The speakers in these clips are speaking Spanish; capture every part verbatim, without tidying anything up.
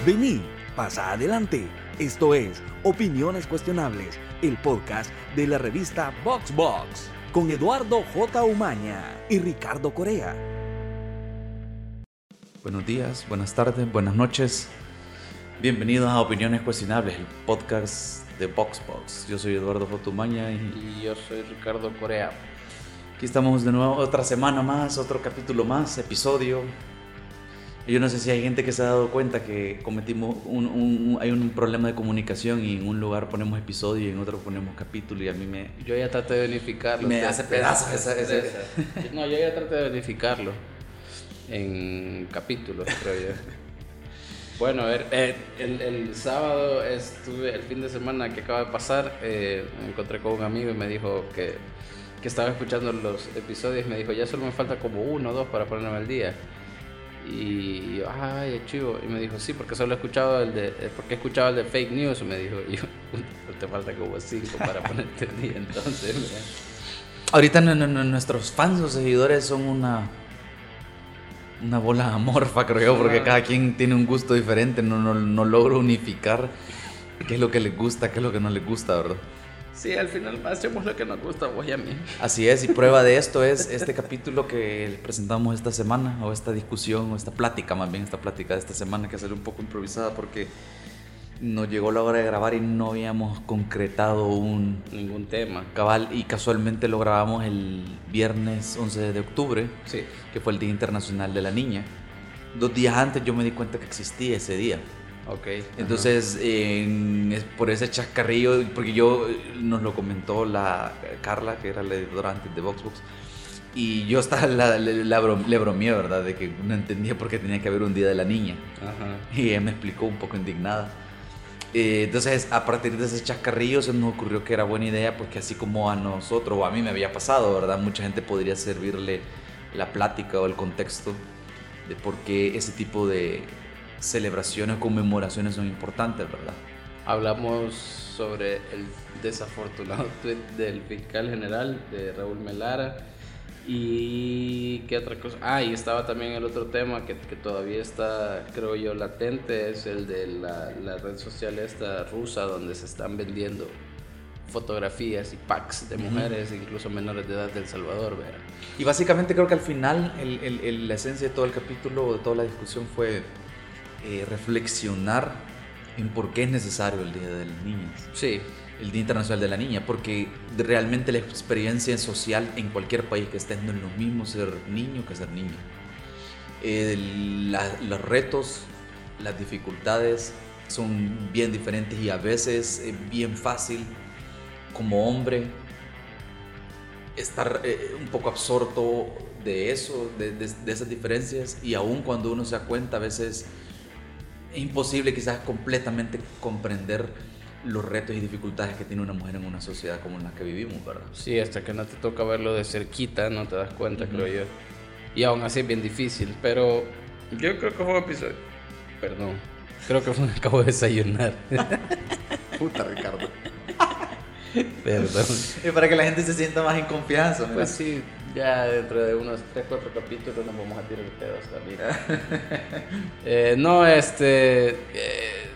mí, pasa adelante. Esto es Opiniones Cuestionables, el podcast de la revista VoxBox, con Eduardo J. Umaña y Ricardo Corea. Buenos días, buenas tardes, buenas noches. Bienvenidos a Opiniones Cuestionables, el podcast de VoxBox. Yo soy Eduardo J. Umaña y... y yo soy Ricardo Corea. Aquí estamos de nuevo, otra semana más, otro capítulo más, episodio. Yo no sé si hay gente que se ha dado cuenta que cometimos un, un, un, hay un problema de comunicación y en un lugar ponemos episodio y en otro ponemos capítulo y a mí me... Yo ya traté de unificarlo. Me hace pedazos esa, esa, esa. No, yo ya traté de unificarlo en capítulos, creo yo. Bueno, a ver, eh, el, el sábado estuve, el fin de semana que acaba de pasar, eh, me encontré con un amigo y me dijo que, que estaba escuchando los episodios y me dijo, ya solo me falta como uno o dos para ponerme al día. Y yo, ay, chivo. Y me dijo, sí, porque solo he escuchado el de, porque he escuchado el de fake news. Me dijo, y yo, te falta como cinco para ponerte el día. Entonces, ¿verdad? Ahorita no, no, no, nuestros fans o seguidores son una una bola amorfa, creo yo, porque cada quien tiene un gusto diferente. No, no, no logro unificar qué es lo que les gusta, qué es lo que no les gusta, ¿verdad? Sí, al final hacemos lo que nos gusta a vos y a mí. Así es, y prueba de esto es este capítulo que presentamos esta semana, o esta discusión, o esta plática, más bien esta plática de esta semana, que salió un poco improvisada porque nos llegó la hora de grabar y no habíamos concretado un... ningún tema. Cabal, y casualmente lo grabamos el viernes once de octubre, sí, que fue el Día Internacional de la Niña. Dos días antes yo me di cuenta que existía ese día. Okay, entonces eh, por ese chascarrillo, porque yo nos lo comentó la Carla, que era la editora antes de VoxBox, y yo estaba la, la, la brom, le bromeé, ¿verdad? De que no entendía por qué tenía que haber un día de la niña. Ajá. Y ella me explicó un poco indignada. Eh, entonces a partir de ese chascarrillo se nos ocurrió que era buena idea, porque así como a nosotros o a mí me había pasado, ¿verdad? Mucha gente podría servirle la plática o el contexto de por qué ese tipo de celebraciones, conmemoraciones son importantes, ¿verdad? Hablamos sobre el desafortunado tweet del fiscal general de Raúl Melara y qué otra cosa. Ah, y estaba también el otro tema que, que todavía está, creo yo, latente, es el de la, la red social esta rusa donde se están vendiendo fotografías y packs de mujeres, uh-huh, incluso menores de edad de El Salvador, ¿verdad? Y básicamente creo que al final el, el, el, la esencia de todo el capítulo, de toda la discusión fue Eh, reflexionar en por qué es necesario el Día de las Niñas. Sí. El Día Internacional de la Niña, porque realmente la experiencia social en cualquier país que estés no es lo mismo ser niño que ser niña. Eh, la, los retos, las dificultades son bien diferentes y a veces es bien fácil como hombre estar eh, un poco absorto de eso, de, de, de esas diferencias, y aún cuando uno se da cuenta a veces es imposible quizás completamente comprender los retos y dificultades que tiene una mujer en una sociedad como en la que vivimos, ¿verdad? Sí, hasta que no te toca verlo de cerquita, no te das cuenta, uh-huh, creo yo. Y aún así es bien difícil, pero yo creo que fue un episodio... Perdón, creo que fue un... acabo de desayunar. Puta, Ricardo. Perdón. Y para que la gente se sienta más en confianza. Pues mira. Sí, ya dentro de unos tres, cuatro capítulos nos vamos a tirar pedos también. eh, no, este... Eh,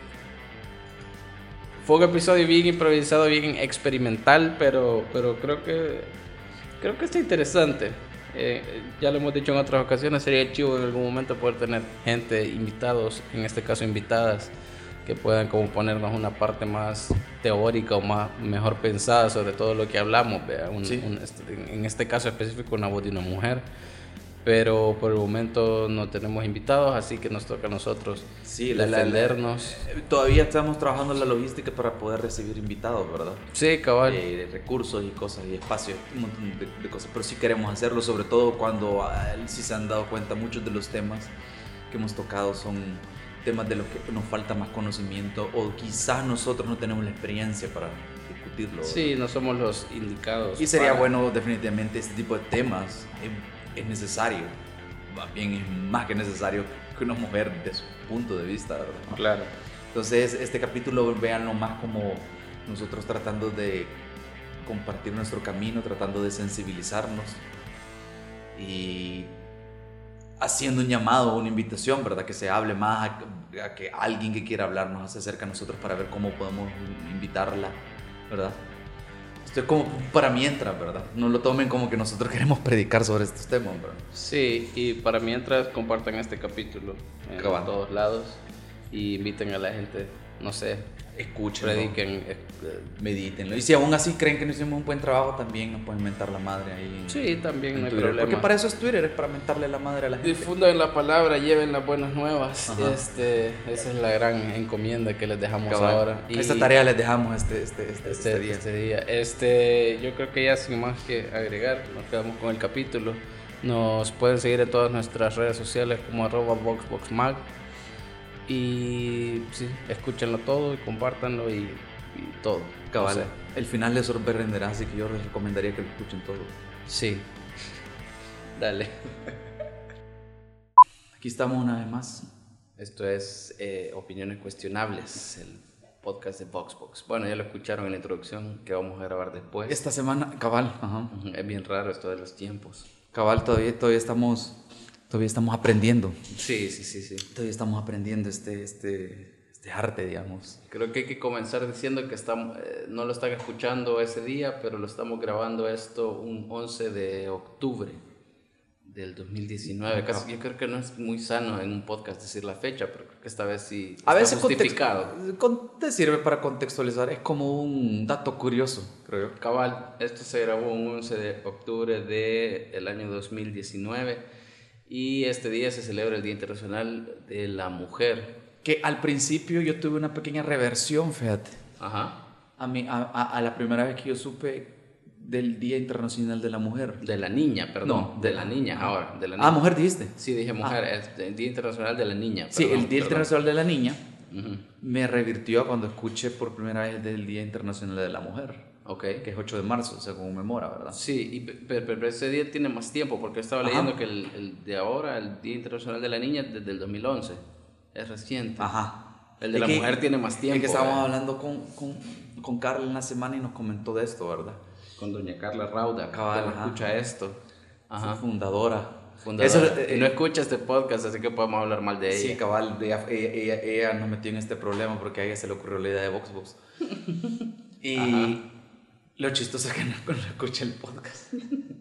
fue un episodio bien improvisado, bien experimental, pero, pero creo que creo que está interesante. Eh, ya lo hemos dicho en otras ocasiones, sería chivo en algún momento poder tener gente, invitados, en este caso invitadas, que puedan como ponernos una parte más teórica o más mejor pensada sobre todo lo que hablamos, ¿vea? Un, sí. un, en este caso específico una voz de una mujer, pero por el momento no tenemos invitados, así que nos toca a nosotros sí, defendernos. La, la, todavía estamos trabajando en la logística para poder recibir invitados, ¿verdad? Sí, cabal. Eh, recursos y cosas y espacios, un montón de, de cosas, pero sí queremos hacerlo, sobre todo cuando eh, si se han dado cuenta muchos de los temas que hemos tocado son temas de los que nos falta más conocimiento o quizás nosotros no tenemos la experiencia para discutirlo. Sí, no somos los indicados. Y sería para... bueno definitivamente este tipo de temas es, es necesario, más bien es más que necesario que una mujer de su punto de vista, ¿verdad? Claro. Entonces este capítulo véanlo más como nosotros tratando de compartir nuestro camino, tratando de sensibilizarnos y haciendo un llamado, una invitación, ¿verdad? Que se hable más a que alguien que quiera hablarnos se acerque a nosotros para ver cómo podemos invitarla, ¿verdad? Esto es como para mientras, ¿verdad? No lo tomen como que nosotros queremos predicar sobre estos temas, ¿verdad? Sí, y para mientras compartan este capítulo en Cabal. todos lados y inviten a la gente, no sé, Escúchenlo, prediquen. eh, medítenlo. Y si aún así creen que no hicimos un buen trabajo, también nos pueden mentar la madre ahí en, Sí, también en no hay Twitter. problema. Porque para eso es Twitter, es para mentarle la madre a la gente. Difundan la palabra, lleven las buenas nuevas. Ajá. Este, esa es la gran encomienda que les dejamos Cabal. ahora. Esta tarea les dejamos este, este, este, Este, este día. este día. Este, yo creo que ya sin más que agregar, nos quedamos con el capítulo. Nos pueden seguir en todas nuestras redes sociales como arroba boxboxmag. Y sí, escúchenlo todo y compártanlo y, y todo. Cabal, No sé. el final les sorprenderá, así que yo les recomendaría que lo escuchen todo. Sí. Dale. Aquí estamos una vez más. Esto es eh, Opiniones Cuestionables, el podcast de Voxbox. Bueno, ya lo escucharon en la introducción que vamos a grabar después. Esta semana, cabal, ajá. Ujú, es bien raro esto de los tiempos. Cabal, todavía, todavía estamos, todavía estamos aprendiendo. Sí, sí, sí, sí. Todavía estamos aprendiendo este, este, este arte, digamos. Creo que hay que comenzar diciendo que estamos, eh, no lo están escuchando ese día, pero lo estamos grabando esto un once de octubre del dos mil diecinueve. Casi, yo creo que no es muy sano en un podcast decir la fecha, pero creo que esta vez sí está A veces justificado. context- con- te sirve para contextualizar, es como un dato curioso, creo yo. Cabal, esto se grabó un once de octubre del año dos mil diecinueve y este día se celebra el Día Internacional de la Mujer. Que al principio yo tuve una pequeña reversión, fíjate, Ajá. a, mí, a, a, a la primera vez que yo supe del Día Internacional de la Mujer. De la niña, perdón. No, de de la la- niña, ahora. De la niña. Ah, mujer dijiste. Sí, dije mujer, es el Día Internacional de la Niña. Sí, perdón, el Día perdón. Internacional de la Niña Ujú. me revirtió cuando escuché por primera vez del Día Internacional de la Mujer, Ok. que es ocho de marzo, o sea, conmemora, ¿verdad? Sí, y, pe- pe- pero ese día tiene más tiempo, porque estaba Ajá. leyendo que el, el de ahora, el Día Internacional de la Niña, desde el dos mil once. Es reciente. Ajá. El de Es la que- mujer tiene más tiempo. Es que estábamos eh, hablando con, con, con Carla en la semana y nos comentó de esto, ¿verdad? Con doña Carla Rauda, Cabal, que no ajá. escucha esto. Ajá. Su fundadora. Fundadora. Eso, eh, Y no escucha este podcast, así que podemos hablar mal de ella. Sí, cabal, ella, ella, ella, ella nos metió en este problema porque a ella se le ocurrió la idea de Voxbox. Y Ajá. lo chistoso es que no, no escucha el podcast.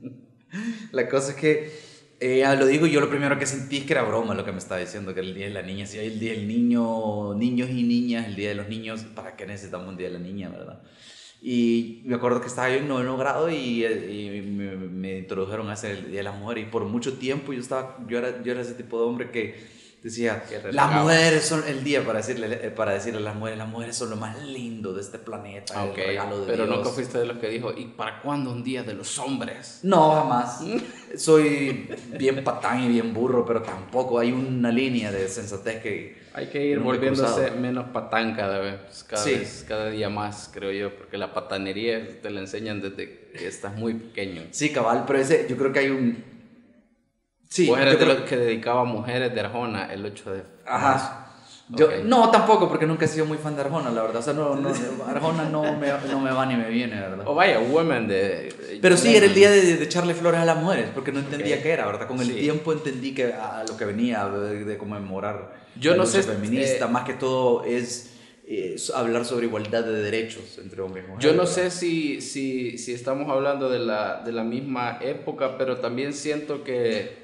La cosa es que ella lo digo y yo lo primero que sentí es que era broma lo que me estaba diciendo, que el día de la niña, si hay el día del niño, niños y niñas, el día de los niños, ¿para qué necesitamos un día de la niña, verdad? Y me acuerdo que estaba yo en noveno grado y, y me, me introdujeron a hacer el Día de la Mujer y por mucho tiempo yo, estaba, yo, era, yo era ese tipo de hombre que decía, Que las renegaba. mujeres son el día para decirle, para decirle a las mujeres, las mujeres son lo más lindo de este planeta, Ah, el ok, regalo de pero Dios. nunca fuiste de los que dijo, ¿y para cuándo un día de los hombres? No, jamás. Soy bien patán y bien burro, pero tampoco hay una línea de sensatez que... Hay que ir nunca he volviéndose cruzado. menos patán cada vez, cada Sí. vez, cada día más, creo yo, porque la patanería te la enseñan desde que estás muy pequeño. Sí, cabal, pero ese, yo creo que hay un... Sí, Vos eres yo de creo- los que dedicaba a mujeres de Arjona el ocho de Ajá. Yo, Ok. No, tampoco, porque nunca he sido muy fan de Arjona, la verdad. O sea, no, no, Arjona no me, no me va ni me viene, ¿verdad? O vaya, Women de... Pero sí, era el día de, de echarle flores a las mujeres, porque no entendía Ok. qué era, ¿verdad? Con el Sí. tiempo entendí que a lo que venía de, de conmemorar Yo la no lucha sé, feminista, eh, más que todo es eh, hablar sobre igualdad de derechos entre hombres y mujeres. Yo no ¿verdad? sé si, si, si estamos hablando de la, de la misma época, pero también siento que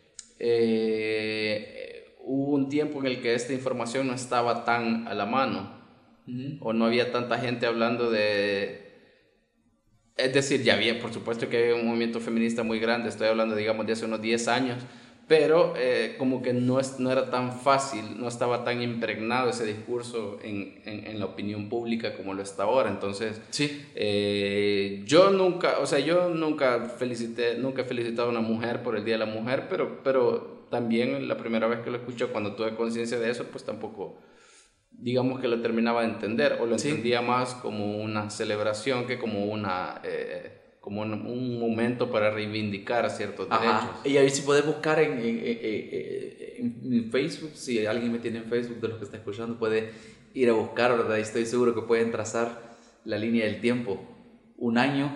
eh, hubo un tiempo en el que esta información no estaba tan a la mano, Ujú. o no había tanta gente hablando de... Es decir, ya había, por supuesto que había un movimiento feminista muy grande, estoy hablando, digamos, de hace unos diez años, pero eh, como que no, es, no era tan fácil, no estaba tan impregnado ese discurso en, en, en la opinión pública como lo está ahora. Entonces, Sí. eh, yo nunca, o sea, yo nunca felicité, nunca he felicitado a una mujer por el Día de la Mujer, pero, pero también la primera vez que lo escuché, cuando tuve conciencia de eso, pues tampoco, digamos que lo terminaba de entender, o lo Sí. entendía más como una celebración que como una... Eh, como un, un momento para reivindicar ciertos Ajá. derechos. Y ahí si puedes buscar en, en, en- en- en Facebook, si alguien me tiene en Facebook de los que está escuchando, puede ir a buscar, ¿verdad? Y estoy seguro que pueden trazar la línea del tiempo. Un año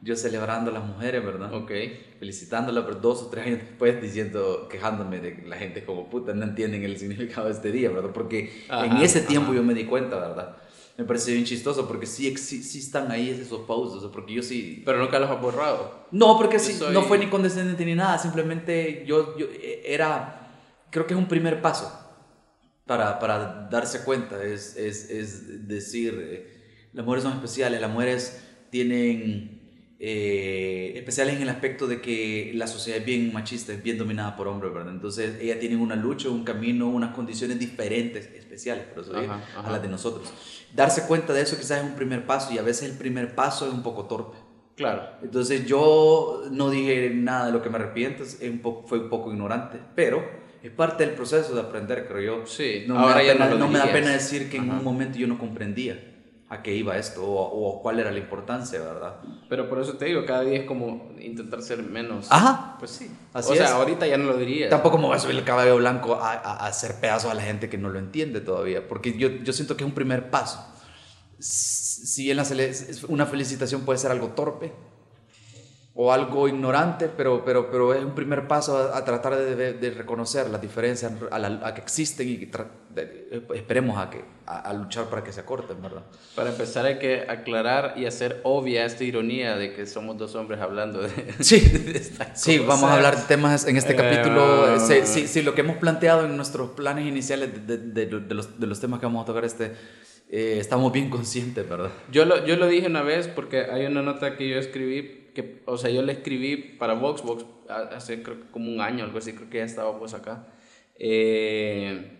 yo celebrando a las mujeres, ¿verdad? Ok. Felicitándolas, pero dos o tres años después diciendo, quejándome de que la gente como puta no entienden el significado de este día, ¿verdad? Porque ajá, en ese tiempo ajá. yo me di cuenta, ¿verdad? Me parece bien chistoso porque sí, sí, sí están ahí esos posts, o sea, porque yo sí... Pero nunca los has borrado. No, porque sí, soy... no fue ni condescendiente ni nada, simplemente yo, yo era, creo que es un primer paso para, para darse cuenta, es, es, es decir, eh, las mujeres son especiales, las mujeres tienen... Eh, especiales en el aspecto de que la sociedad es bien machista, es bien dominada por hombres, ¿verdad? Entonces ellas tienen una lucha, un camino, unas condiciones diferentes, especiales, por eso ajá, ajá. a las de nosotros. Darse cuenta de eso quizás es un primer paso y a veces el primer paso es un poco torpe. Claro. Entonces yo no dije nada de lo que me arrepiento, es un poco, fue un poco ignorante, pero es parte del proceso de aprender, creo yo. Sí, no, ahora me, da ya pena, no, no me da pena dirías. decir que ajá. en un momento yo no comprendía a qué iba esto o, o cuál era la importancia, ¿verdad? Pero por eso te digo, cada día es como intentar ser menos. Ajá. Pues sí. Así o sea, es. ahorita ya no lo diría. Tampoco me voy a subir el caballo blanco a, a, a hacer pedazos a la gente que no lo entiende todavía, porque yo, yo siento que es un primer paso. Si bien la, una felicitación puede ser algo torpe o algo ignorante, pero, pero, pero es un primer paso a, a tratar de, de, de reconocer las diferencias a, la, a que existen y tra, de, esperemos a, que, a, a luchar para que se acorten, ¿verdad? Para empezar hay que aclarar y hacer obvia esta ironía de que somos dos hombres hablando de, sí, de esta sí, cosa. vamos a hablar de temas en este eh, capítulo. Sí, sí, sí, lo que hemos planteado en nuestros planes iniciales de, de, de, de, los, de los temas que vamos a tocar este... Eh, estamos bien conscientes, ¿verdad? Yo lo, yo lo dije una vez porque hay una nota que yo escribí, que, o sea, yo la escribí para VoxBox hace creo que como un año, algo así, creo que ya estábamos acá, eh,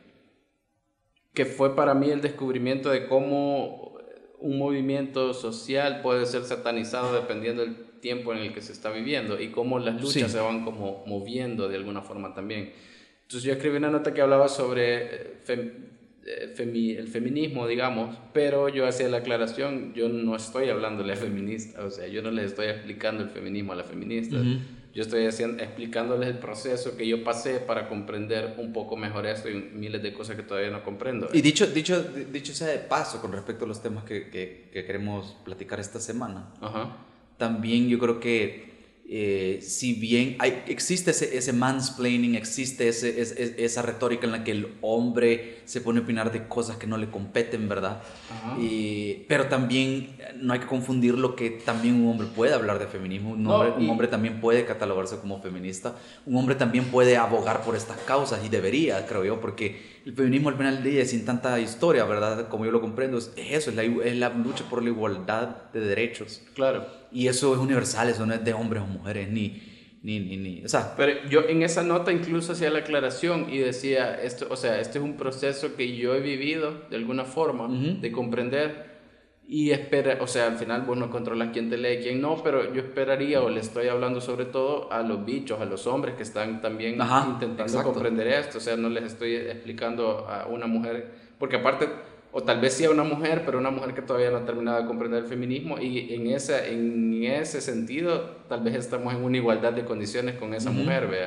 que fue para mí el descubrimiento de cómo un movimiento social puede ser satanizado dependiendo del tiempo en el que se está viviendo y cómo las luchas sí. se van como moviendo de alguna forma también. Entonces yo escribí una nota que hablaba sobre... Fem, Femi, el feminismo, digamos, pero yo hacía la aclaración, yo no estoy hablándole a feministas, o sea, yo no les estoy explicando el feminismo a las feministas, uh-huh. yo estoy haciendo, explicándoles el proceso que yo pasé para comprender un poco mejor esto y miles de cosas que todavía no comprendo. Y dicho, dicho, dicho sea de paso, con respecto a los temas que, que, que queremos platicar esta semana, uh-huh. también yo creo que Eh, si bien hay, existe ese, ese mansplaining, existe ese, ese, esa retórica en la que el hombre se pone a opinar de cosas que no le competen, ¿verdad? Uh-huh. Y, pero también no hay que confundir lo que también un hombre puede hablar de feminismo, un hombre, no, y... un hombre también puede catalogarse como feminista, un hombre también puede abogar por estas causas y debería, creo yo, porque el feminismo al final del día, sin tanta historia, ¿verdad? Como yo lo comprendo, es eso, es la, es la lucha por la igualdad de derechos. Claro. Y eso es universal, eso no es de hombres o mujeres, ni, ni, ni, ni, o sea. Pero yo en esa nota incluso hacía la aclaración y decía, esto, o sea, este es un proceso que yo he vivido de alguna forma, uh-huh. de comprender y espera, o sea, al final vos no controlas quién te lee, quién no, pero yo esperaría, o le estoy hablando sobre todo a los bichos, a los hombres que están también Ajá, intentando exacto. comprender esto, o sea, no les estoy explicando a una mujer, porque aparte... o tal vez sí a una mujer, pero una mujer que todavía no ha terminado de comprender el feminismo, y en, esa, en ese sentido tal vez estamos en una igualdad de condiciones con esa uh-huh. mujer, vea.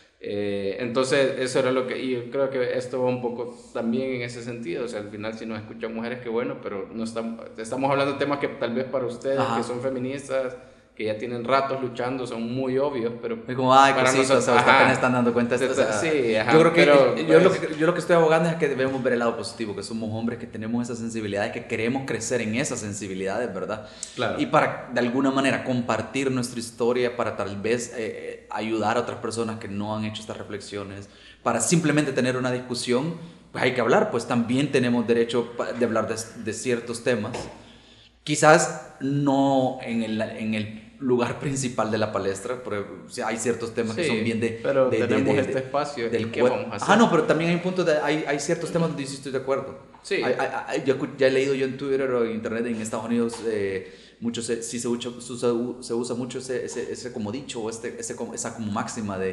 Eh, entonces eso era lo que, y yo creo que esto va un poco también en ese sentido, o sea, al final si nos escuchan mujeres, qué bueno, pero no estamos, estamos hablando de temas que tal vez para ustedes Ajá. que son feministas, que ya tienen ratos luchando, son muy obvios, pero es como, ay, para nosotros, o sea, apenas están dando cuenta de esto. O sea, sí, ajá, yo creo que, pero, yo, pues, lo que yo lo que estoy abogando es que debemos ver el lado positivo, que somos hombres, que tenemos esas sensibilidades, que queremos crecer en esas sensibilidades, ¿verdad? Claro. Y para, de alguna manera, compartir nuestra historia, para tal vez eh, ayudar a otras personas que no han hecho estas reflexiones, para simplemente tener una discusión, pues hay que hablar, pues también tenemos derecho de hablar de, de ciertos temas. Quizás no en el, en el lugar principal de la palestra, porque o sea, hay ciertos temas sí, que son bien de... pero de, tenemos de, de, este espacio del ¿qué vamos a hacer? Ah, no, pero también hay un punto de... Hay, hay ciertos temas donde sí estoy de acuerdo. Sí. Hay, hay, ya, ya he leído yo en Twitter o en internet en Estados Unidos, eh, mucho se, sí se usa, se usa, se usa mucho ese, ese, ese como dicho, o este, ese, esa como máxima de...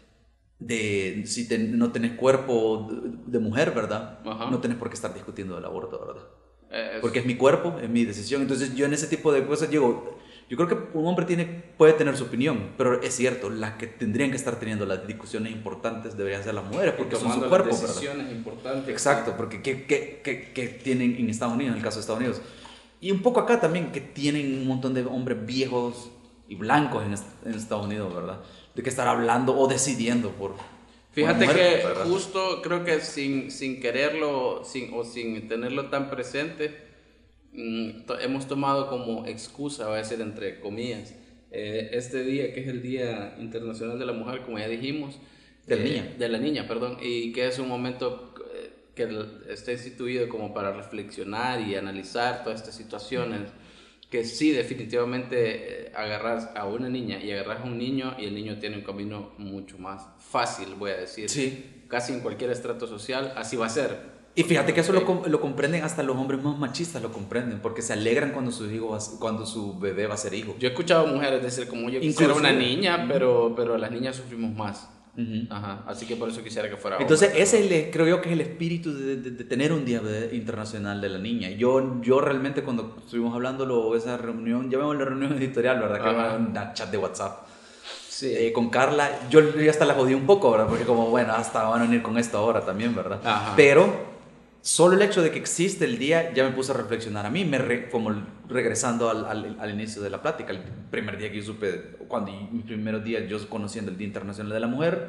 de si te, no tenés cuerpo de, de mujer, ¿verdad? Ajá. No tenés por qué estar discutiendo del aborto, ¿verdad? Eh, Porque es mi cuerpo, es mi decisión. Entonces yo en ese tipo de cosas digo... Yo creo que un hombre tiene, puede tener su opinión, pero es cierto, las que tendrían que estar teniendo las discusiones importantes deberían ser las mujeres, porque son su cuerpo, las decisiones ¿verdad? Importantes. Exacto, porque ¿qué, qué, qué, qué tienen en Estados Unidos, en el caso de Estados Unidos? Y un poco acá también, que tienen un montón de hombres viejos, y blancos en, en Estados Unidos, ¿verdad? De que estar hablando o decidiendo por... Fíjate por mujer, que ¿verdad? Justo creo que sin, sin quererlo sin, o sin tenerlo tan presente, mmm, to, hemos tomado como excusa, voy a decir entre comillas, eh, este día que es el Día Internacional de la Mujer, como ya dijimos. De la eh, niña. De la niña, perdón, y que es un momento eh, que está instituido como para reflexionar y analizar todas estas situaciones, que sí, definitivamente eh, agarrar a una niña y agarrar a un niño y el niño tiene un camino mucho más fácil, voy a decir. Sí. Casi en cualquier estrato social, así va a ser. Y fíjate que eso lo, lo comprenden hasta los hombres más machistas, lo comprenden, porque se alegran cuando su hijo va, cuando su bebé va a ser hijo. Yo he escuchado mujeres decir como yo quisiera una niña, pero, pero las niñas sufrimos más. Uh-huh. Ajá, así que por eso quisiera que fuera entonces hombre, ese es el, creo yo que es el espíritu de, de, de tener un día internacional de la niña. Yo, yo realmente cuando estuvimos hablando esa reunión, ya vemos la reunión editorial, ¿verdad? Que era una chat de WhatsApp. Sí. Eh, con Carla, yo, yo hasta la jodí un poco, ¿verdad? Porque como, bueno, hasta van a venir con esto ahora también, ¿verdad? Ajá. Pero solo el hecho de que existe el día ya me puse a reflexionar a mí, me re, como regresando al, al, al inicio de la plática, el primer día que yo supe, cuando mis primeros días yo conociendo el Día Internacional de la Mujer,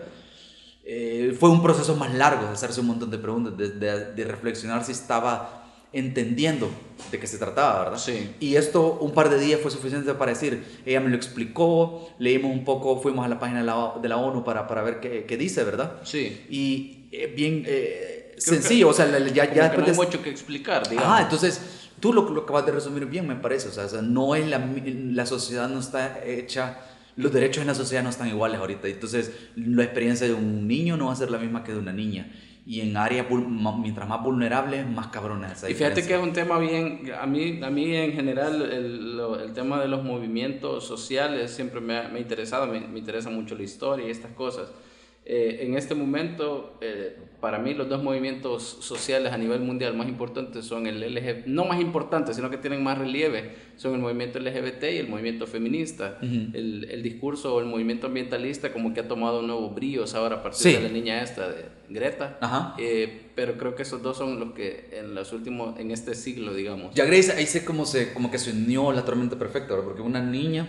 eh, fue un proceso más largo de hacerse un montón de preguntas, de, de, de reflexionar si estaba entendiendo de qué se trataba, ¿verdad? Sí. Y esto un par de días fue suficiente para decir, ella me lo explicó, leímos un poco, fuimos a la página de la, de la ONU para, para ver qué, qué dice, ¿verdad? Sí. Y eh, bien... Eh, sencillo, o sea, ya, ya después no hay mucho que explicar, digamos. Ah, entonces tú lo, lo acabas de resumir bien, me parece, o sea, o sea no es la, la sociedad no está hecha, los derechos en la sociedad no están iguales ahorita, entonces la experiencia de un niño no va a ser la misma que de una niña, y en áreas, mientras más vulnerables, más cabrones esa y fíjate que es un tema bien, a mí, a mí en general el, el tema de los movimientos sociales siempre me ha, me ha interesado, me, me interesa mucho la historia y estas cosas. Eh, en este momento, eh, para mí los dos movimientos sociales a nivel mundial más importantes son el L G B T, no más importantes, sino que tienen más relieve, son el movimiento L G B T y el movimiento feminista. Uh-huh. el, el discurso o el movimiento ambientalista como que ha tomado nuevos bríos ahora a partir sí. de la niña esta de Greta, uh-huh. eh, pero creo que esos dos son los que en los últimos, en este siglo, digamos. Ya Grace, ahí sé cómo, se, como que se unió la tormenta perfecta, ¿verdad? Porque una niña...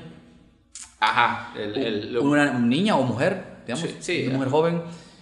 Ajá. El, el, una niña o mujer... digamos, sí, sí, una mujer joven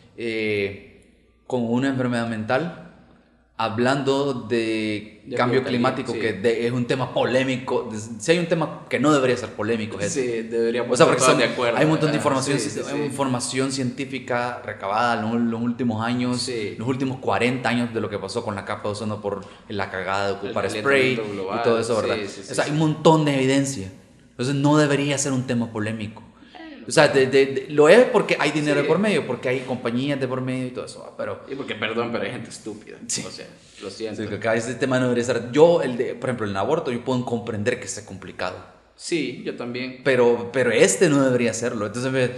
eh, con una enfermedad mental, hablando de, de cambio climático, sí. que de, es un tema polémico. Si hay un tema que no debería ser polémico, es sí, deberíamos o sea, estar de acuerdo. Hay un montón de información, sí, sí, hay sí. información científica recabada en los, los últimos años, sí. los últimos cuarenta años de lo que pasó con la capa de ozono por la cagada de ocupar spray global, y todo eso, ¿verdad? Sí, sí, sí, o sea, sí. hay un montón de evidencia. Entonces no debería ser un tema polémico. O sea, de, de, de, lo es porque hay dinero sí. de por medio, porque hay compañías de por medio y todo eso, pero... Y porque, perdón, pero hay gente estúpida, sí. o sea, lo siento. Sí, que acá ese tema no debería ser... Yo, el de, por ejemplo, el aborto, yo puedo comprender que sea complicado. Sí, yo también. Pero, pero este no debería serlo. Entonces,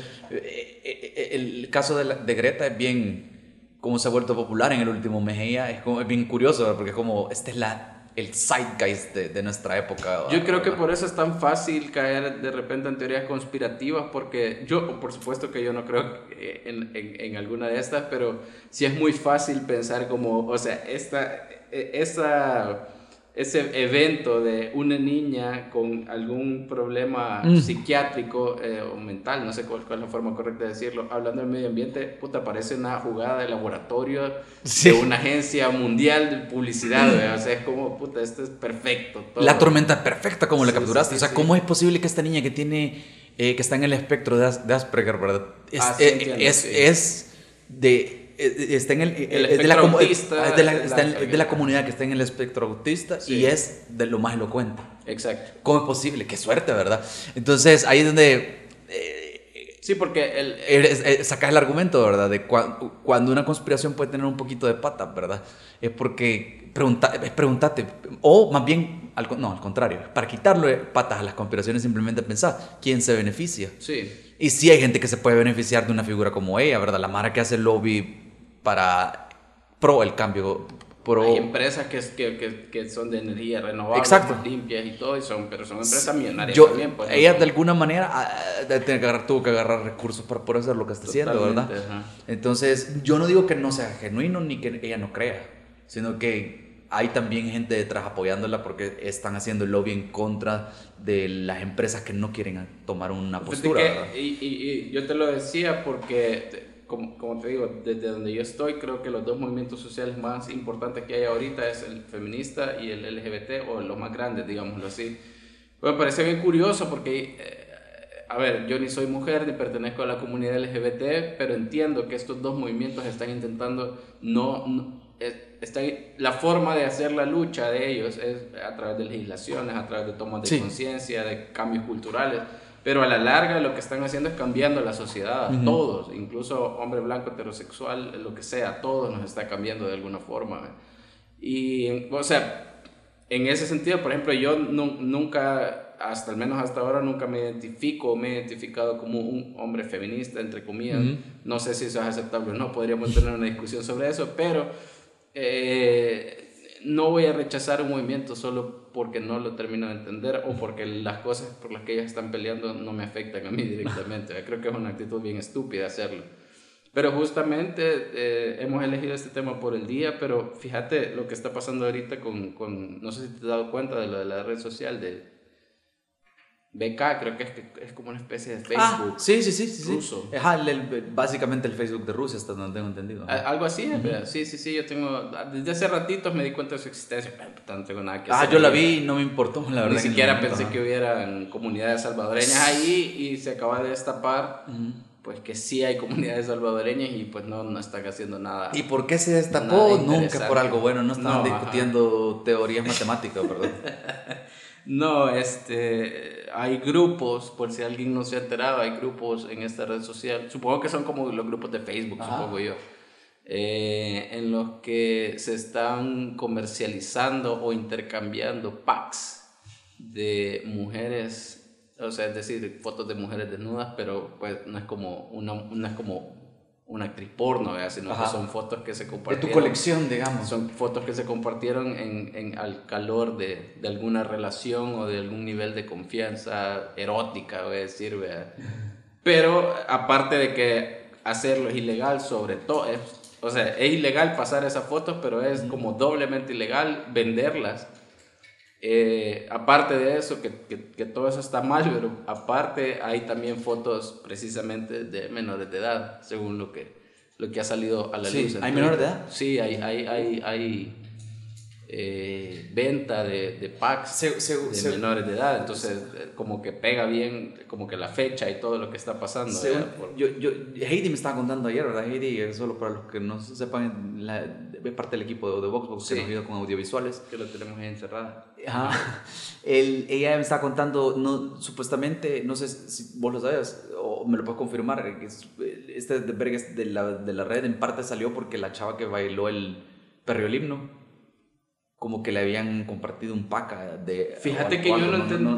el caso de, la, de Greta es bien... Como se ha vuelto popular en el último mes, ella es, como, es bien curioso, ¿verdad? Porque es como, esta es la... el zeitgeist de, de nuestra época. Yo creo que por eso es tan fácil caer de repente en teorías conspirativas, porque yo, por supuesto que yo no creo en, en, en alguna de estas, pero sí es muy fácil pensar como, o sea, esta, esa, ese evento de una niña con algún problema mm. psiquiátrico eh, o mental, no sé cuál, cuál es la forma correcta de decirlo, hablando del medio ambiente, puta, parece una jugada de laboratorio sí. de una agencia mundial de publicidad, mm. o sea, es como, puta, esto es perfecto. Todo. La tormenta perfecta, como sí, la capturaste, sí, sí, o sea, sí. ¿cómo es posible que esta niña que tiene, eh, que está en el espectro de, As, de Asperger, ¿verdad? Es, ah, sí, eh, entiendo, es, sí. es de... está en el, el es de la, autista, es de la, está en, es de la comunidad que está en el espectro autista sí. y es de lo más elocuente. Exacto. ¿Cómo es posible? Qué suerte, ¿verdad? Entonces ahí es donde eh, sí, porque el, el, es, es, sacas el argumento, ¿verdad? De cu cuando una conspiración puede tener un poquito de patas, ¿verdad? Es porque pregunta, es preguntate, o más bien al, no, al contrario, para quitarle patas a las conspiraciones simplemente pensar quién se beneficia. Sí. Y sí hay gente que se puede beneficiar de una figura como ella, ¿verdad? La mara que hace lobby para pro el cambio, pro... Hay empresas que, que, que, que son de energía renovable, exacto. limpias y todo, y son, pero son empresas millonarias Yo, también. Pues, ella ¿no? de alguna manera uh, tiene que agarrar, tuvo que agarrar recursos para poder hacer lo que está haciendo, ¿verdad? Ajá. Entonces, yo no digo que no sea genuino ni que ella no crea, sino que hay también gente detrás apoyándola porque están haciendo el lobby en contra de las empresas que no quieren tomar una postura. Que, y, y, y yo te lo decía porque, como, como te digo, desde donde yo estoy, creo que los dos movimientos sociales más importantes que hay ahorita es el feminista y el L G B T, o los más grandes, digámoslo así. Bueno, me parece bien curioso porque, eh, a ver, yo ni soy mujer ni pertenezco a la comunidad L G B T, pero entiendo que estos dos movimientos están intentando no... no Está, la forma de hacer la lucha de ellos es a través de legislaciones, a través de tomas de sí. conciencia, de cambios culturales, pero a la larga lo que están haciendo es cambiando la sociedad, uh-huh. todos, incluso hombre blanco, heterosexual, lo que sea, todos nos está cambiando de alguna forma. Y, o sea, en ese sentido, por ejemplo, yo no, nunca, hasta al menos hasta ahora, nunca me identifico o me he identificado como un hombre feminista, entre comillas. Uh-huh. No sé si eso es aceptable o no, podríamos tener una discusión sobre eso, pero... Eh, no voy a rechazar un movimiento solo porque no lo termino de entender o porque las cosas por las que ellas están peleando no me afectan a mí directamente. Creo que es una actitud bien estúpida hacerlo. Pero justamente eh, hemos elegido este tema por el día, pero fíjate lo que está pasando ahorita con, con no sé si te has dado cuenta de lo de la red social de B K, creo que es, es como una especie de Facebook. Ah, sí, sí, sí, sí, ruso. Sí. Ajá, el, el, básicamente el Facebook de Rusia, hasta donde tengo entendido. Algo así, uh-huh. ¿verdad? Sí, sí, sí, yo tengo, desde hace ratitos me di cuenta de su existencia, pero no tengo nada que ah, hacer. Ah, yo la vi y no me importó, la verdad. Ni siquiera pensé que hubieran comunidades salvadoreñas ahí y se acaba de destapar, uh-huh. pues que sí hay comunidades salvadoreñas y pues no, no están haciendo nada. ¿Y por qué se destapó? Nunca por algo bueno, no estaban no, discutiendo ajá. teorías matemáticas, ¿verdad? No, este, hay grupos, por si alguien no se ha enterado, hay grupos en esta red social, supongo que son como los grupos de Facebook, Ajá. supongo yo, eh, en los que se están comercializando o intercambiando packs de mujeres, o sea, es decir, fotos de mujeres desnudas, pero pues no es como una, no es como una actriz porno, ¿verdad? Sino Ajá. que son fotos que se compartieron. De tu colección, digamos. Son fotos que se compartieron en, en, al calor de, de alguna relación o de algún nivel de confianza erótica, voy a decir, ¿verdad? Pero aparte de que hacerlo es ilegal, sobre todo, es, o sea, es ilegal pasar esas fotos, pero es como doblemente ilegal venderlas. Eh, aparte de eso, que, que, que todo eso está mal, pero aparte hay también fotos precisamente de menores de edad, según lo que, lo que ha salido a la sí, luz. ¿Hay menores de edad? Sí, hay, hay, hay, hay eh, venta de, de packs se, se, de se, menores de edad, entonces como que pega bien, como que la fecha y todo lo que está pasando. Se, Por... yo, yo, Heidi me estaba contando ayer, ¿verdad? Heidi, solo para los que no sepan, la, es parte del equipo de, de VoxBox, sí. que nos ayuda con audiovisuales. Que lo tenemos ahí encerrado. Ajá. El, ella me estaba contando, no, supuestamente, no sé si vos lo sabes o me lo puedes confirmar, que este de, de, la, de la red en parte salió porque la chava que bailó el perreo el himno, como que le habían compartido un pack de... Fíjate que yo no, no, no,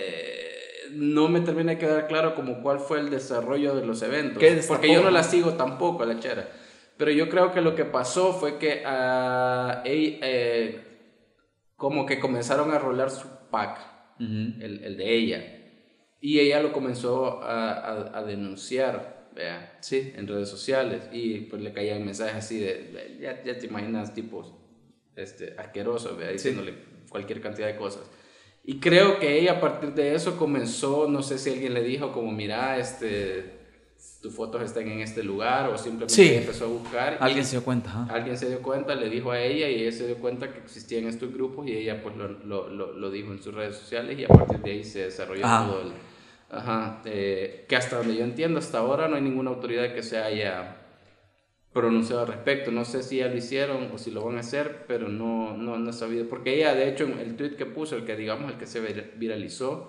eh, no me termina de quedar claro como cuál fue el desarrollo de los eventos, porque yo no la sigo tampoco a la chera, pero yo creo que lo que pasó fue que uh, ella, eh, como que comenzaron a rolar su pack, uh-huh. el, el de ella, y ella lo comenzó a, a, a denunciar, ¿vea? Sí, en redes sociales, y pues le caían mensajes así de, ya, ya te imaginas, tipos este, asquerosos, ¿vea? Diciéndole sí. cualquier cantidad de cosas. Y creo que ella a partir de eso comenzó, no sé si alguien le dijo como, mira, este, tus fotos están en este lugar, o simplemente sí. empezó a buscar. Alguien se dio cuenta. ¿eh? Alguien se dio cuenta, le dijo a ella, y ella se dio cuenta que existían estos grupos, y ella pues lo, lo, lo, lo dijo en sus redes sociales, y a partir de ahí se desarrolló ajá. todo el... Ajá, eh, que hasta donde yo entiendo, hasta ahora no hay ninguna autoridad que se haya pronunciado al respecto. No sé si ya lo hicieron o si lo van a hacer, pero no, no, no he sabido, porque ella, de hecho, en el tweet que puso, el que digamos, el que se viralizó,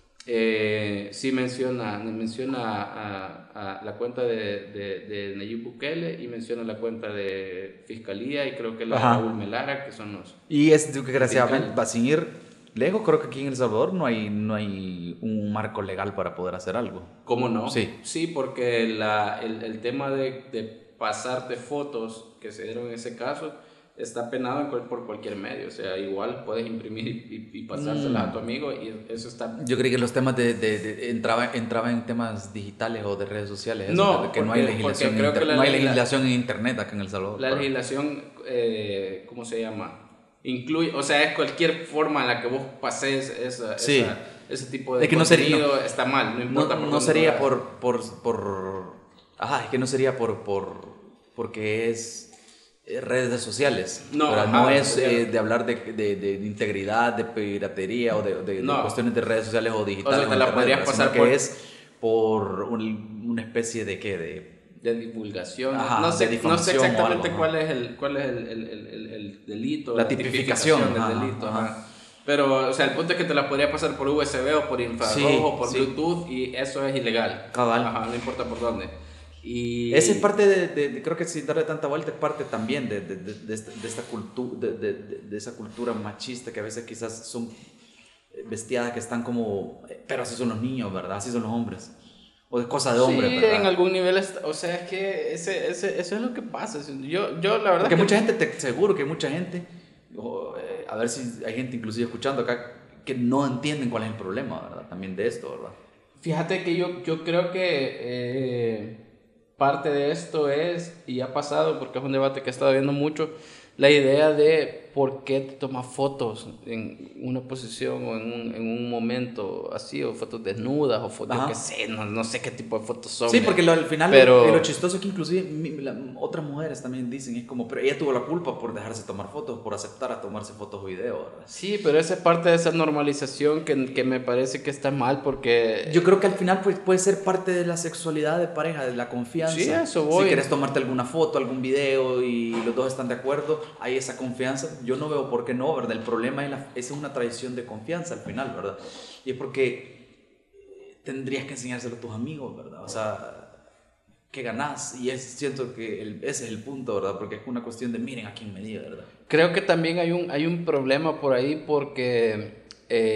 eh, sí menciona, menciona a, a la cuenta de, de, de Nayib Bukele, y menciona la cuenta de Fiscalía, y creo que la Ajá. Raúl Melara, que son los... Y es que desgraciadamente va a seguir lejos. Creo que aquí en El Salvador no hay, no hay un marco legal para poder hacer algo. ¿Cómo no? Sí, sí porque la, el, el tema de, de pasarte fotos que se dieron en ese caso está penado en cual, por cualquier medio, o sea, igual puedes imprimir y, y pasárselas mm. a tu amigo, y eso está... Yo creí que los temas de, de, de entraba, entraba en temas digitales o de redes sociales, eso, no, que porque, no hay legislación, creo inter, que la, no hay la, legislación en internet acá en El Salvador. La pero... legislación, eh, ¿cómo se llama? incluye, o sea, es cualquier forma en la que vos pases esa, Sí. esa, ese tipo de Es que no sería- contenido está mal, no importa No, por no dónde sería lo por, hagas. por, por... Ajá, es que no sería por, por porque es eh, redes sociales. No, ¿verdad? ajá, no es sería- eh, de hablar de, de, de integridad, de piratería o de, de- de No. cuestiones de redes sociales o digitales. O sea, te o la internet, podrías ¿verdad? pasar Sino por- que es por un- una especie de qué, de... De divulgación, Ajá, no, sé, de no sé difamación o exactamente algo, cuál es el, cuál es el, el, el, el, el delito, La tipificación, del ajá, delito. ajá. Ajá. Pero, o sea, el punto es que te la podría pasar por U S B o por infrarrojo Sí, o por sí. Bluetooth y eso es ilegal. Cabal. Ajá, no importa por dónde. Y... Esa es parte de, de- de- creo que sin darle tanta vuelta, es parte también de, de, de, de esta, de esta cultura, de, de, de- de esa cultura machista que a veces quizás son bestiadas que están como, eh, pero así son los niños, ¿verdad? Así son los hombres. O es cosa de hombre, sí, ¿verdad? en algún nivel, es- o sea, es que ese, ese, eso es lo que pasa. Yo, yo la verdad Porque que- mucha gente, te, seguro que mucha gente, o, eh, a ver si hay gente inclusive escuchando acá, que no entienden cuál es el problema, ¿verdad? También de esto, ¿verdad? Fíjate que yo, yo creo que eh, parte de esto es, y ha pasado porque es un debate que he estado viendo mucho, la idea de por qué te tomas fotos en una posición o en un, en un momento así, o fotos desnudas, o fotos, Ajá. yo qué sé, no, no sé qué tipo de fotos son. Sí, porque lo- al final Pero- lo, lo chistoso es que inclusive mi- la- otras mujeres también dicen, es como, pero ella tuvo la culpa por dejarse tomar fotos, por aceptar a tomarse fotos o videos, ¿verdad? Sí, pero esa es parte de esa normalización que, que me parece que está mal porque... Yo creo que al final pues, puede ser parte de la sexualidad de pareja, de la confianza. Sí, a eso voy. Si quieres tomarte alguna foto, algún video y los dos están de acuerdo, hay esa confianza. Yo no veo por qué no, ¿verdad? El problema es, la, es una tradición de confianza al final, ¿verdad? Y es porque tendrías que enseñárselo a tus amigos, ¿verdad? O sea, ¿qué ganás? Y es, siento que el, ese es el punto, ¿verdad? Porque es una cuestión de miren a quién me dio, ¿verdad? Creo que también hay un, hay un problema por ahí porque,